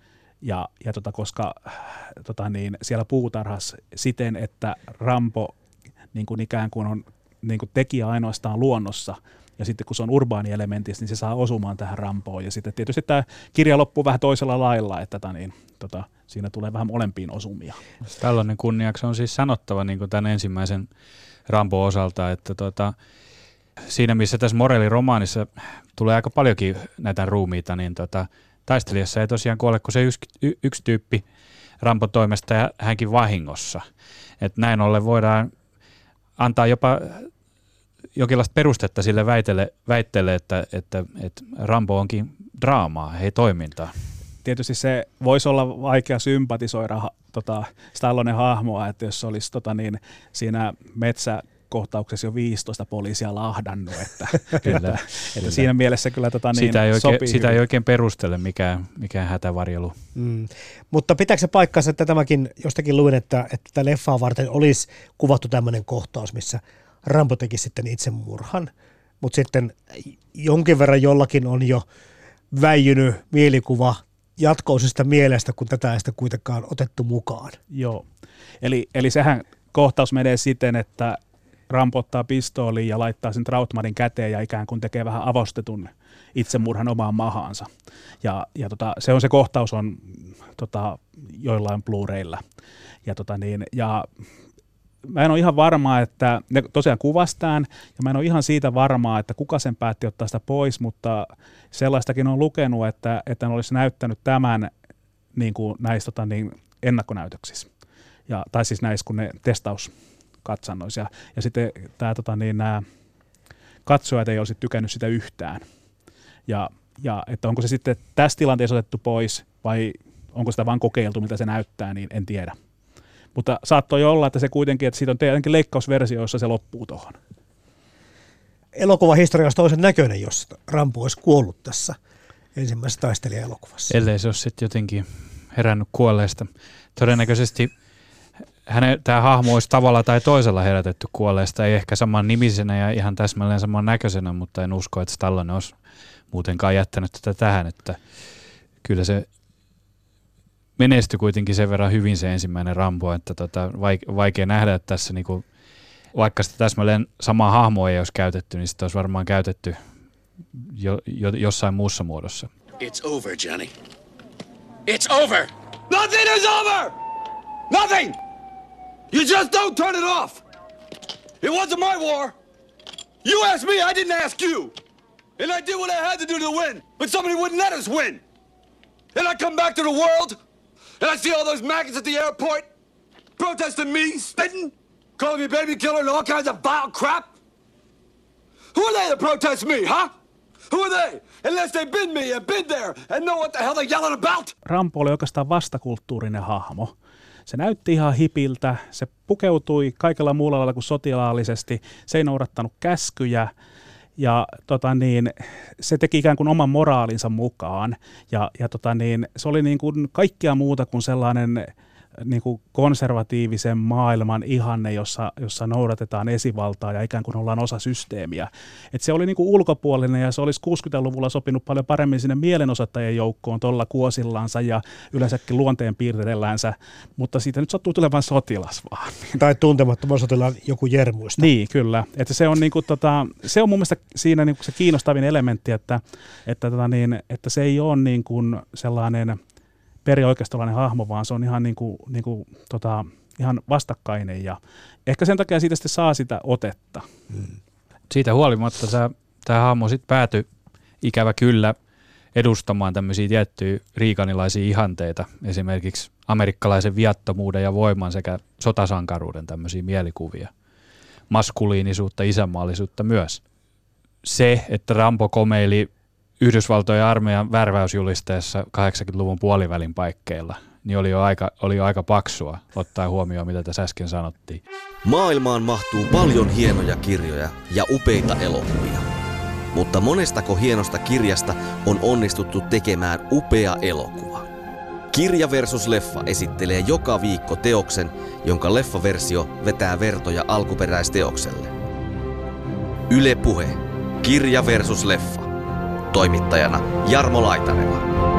D: Ja, ja tota, koska tota niin, siellä puutarhassa siten, että Rambo niin kuin ikään kuin on niin kuin tekijä ainoastaan luonnossa, ja sitten kun se on urbaani elementissä, niin se saa osumaan tähän Ramboon. Ja sitten tietysti tämä kirja loppuu vähän toisella lailla, että tota niin, tota, siinä tulee vähän molempiin osumia.
C: Tällainen kunniaksi on siis sanottava niin kuin tämän ensimmäisen Rambo osalta, että tota, siinä missä tässä Morellin romaanissa tulee aika paljonkin näitä ruumiita, niin tota, taistelijassa ei tosiaan kuole kuin se yksi, y, yksi tyyppi Rambon toimesta ja hänkin vahingossa. Et näin ollen voidaan antaa jopa jonkinlaista perustetta sille väitelle, väitteelle, että, että, että Rambo onkin draamaa, ei toimintaa.
D: Tietysti se voisi olla vaikea sympatisoida tota, Stallonen hahmoa, että jos olisi tota, niin, siinä metsä kohtauksessa jo viisitoista poliisia lahdannut, että,
C: kyllä,
D: että,
C: kyllä.
D: että siinä mielessä kyllä tota, niin
C: sitä, ei oikein,
D: sopii
C: sitä
D: hyvin.
C: ei oikein perustele mikään, mikään hätävarjelu.
E: Mm. Mutta pitääkö se paikkansa, että tämäkin, jostakin luin, että, että tätä leffaa varten olisi kuvattu tämmöinen kohtaus, missä Rambo teki sitten itsemurhan, mutta sitten jonkin verran jollakin on jo väijynyt mielikuva jatkoisesta mielestä, kun tätä ei sitten kuitenkaan otettu mukaan.
D: Joo, eli, eli sehän kohtaus menee siten, että Rambo ottaa pistoolin ja laittaa sen Trautmanin käteen ja ikään kuin tekee vähän avostetun itsemurhan omaan mahaansa. Ja, ja tota, se on se kohtaus on tota, joillain Blu-raylla. Ja, tota niin, ja mä en ole ihan varma, että ne tosiaan kuvastaan, ja mä en ole ihan siitä varmaa, että kuka sen päätti ottaa sitä pois, mutta sellaistakin on lukenut, että, että ne olisi näyttänyt tämän niin kuin näissä tota, niin, ennakkonäytöksissä. Ja, tai siis näissä, kun ne testaus katsannoissa. Ja, ja sitten tää, tota, niin, nämä katsojat ei olisi tykännyt sitä yhtään. Ja, ja että onko se sitten tässä tilanteessa otettu pois vai onko sitä vaan kokeiltu, mitä se näyttää, niin en tiedä. Mutta saattoi olla, että se kuitenkin, että siitä on tietenkin leikkausversio, jossa se loppuu tuohon.
E: Elokuvahistoria olisi toisen näköinen, jos Rambo olisi kuollut tässä ensimmäisessä taistelija-elokuvassa.
C: Ellei se olisi sitten jotenkin herännyt kuolleesta. Todennäköisesti hänen, tämä hahmo olisi tavalla tai toisella herätetty kuolleesta, ei ehkä saman nimisenä ja ihan täsmälleen saman näköisenä, mutta en usko, että Stallone olisi muutenkaan jättänyt tätä tähän, että kyllä se menestyi kuitenkin sen verran hyvin se ensimmäinen Rambo, että tota, vaikea nähdä, että tässä niinku, vaikka sitä täsmälleen samaa hahmoa ei olisi käytetty, niin sitä olisi varmaan käytetty jo, jo, jossain muussa muodossa.
F: It's over, Johnny. It's over!
H: Nothing is over! Nothing! You just don't turn it off! It wasn't my war! You asked me, I didn't ask you! And I did what I had to do to win, but somebody wouldn't let us win! And I come back to the world, and I see all those maggots at the airport protesting me, spitting, calling me baby killer and all kinds of vile crap. Who are they to protest me, huh? Who are they? Unless they've been me and been there and know what the hell they're yelling about.
D: Rambo oli oikeastaan vastakulttuurinen hahmo. Se näytti ihan hipiltä, se pukeutui kaikella muulla lailla kuin sotilaallisesti, se ei noudattanut käskyjä. Ja tota niin, se teki ikään kuin oman moraalinsa mukaan ja, ja tota niin, se oli niin kuin kaikkea muuta kuin sellainen niin kuin konservatiivisen maailman ihanne, jossa, jossa noudatetaan esivaltaa ja ikään kuin ollaan osa systeemiä. Et se oli niin kuin ulkopuolinen ja se olisi kuusikymmentäluvulla sopinut paljon paremmin sinne mielenosoittajien joukkoon tuolla kuosillansa ja yleensäkin luonteen piirteellänsä, mutta siitä nyt sattuu tulevan sotilas vaan.
E: Tai tuntemattoman sotilaan joku jermuista.
D: Niin, kyllä. Että se on niin kuin tota, se on mun mielestä siinä niin kuin se kiinnostavin elementti, että että tota niin, että se ei ole niin kuin sellainen perioikeistolainen hahmo, vaan se on ihan, niin kuin, niin kuin, tota, ihan vastakkainen ja ehkä sen takia siitä sitten saa sitä otetta.
C: Hmm. Siitä huolimatta tämä hahmo sitten päätyi ikävä kyllä edustamaan tämmöisiä tiettyjä riikanilaisia ihanteita, esimerkiksi amerikkalaisen viattomuuden ja voiman sekä sotasankaruuden tämmöisiä mielikuvia, maskuliinisuutta, isänmaallisuutta myös. Se, että Rambo komeili Yhdysvaltojen armeijan värväysjulisteessa kahdeksankymmentäluvun puolivälin paikkeilla, niin oli jo aika, oli jo aika paksua, ottaen huomioon, mitä tässä äsken sanottiin.
B: Maailmaan mahtuu paljon hienoja kirjoja ja upeita elokuvia. Mutta monestako hienosta kirjasta on onnistuttu tekemään upea elokuva? Kirja versus leffa esittelee joka viikko teoksen, jonka leffaversio vetää vertoja alkuperäisteokselle. Yle Puhe. Kirja versus leffa. Toimittajana Jarmo Laitaneva.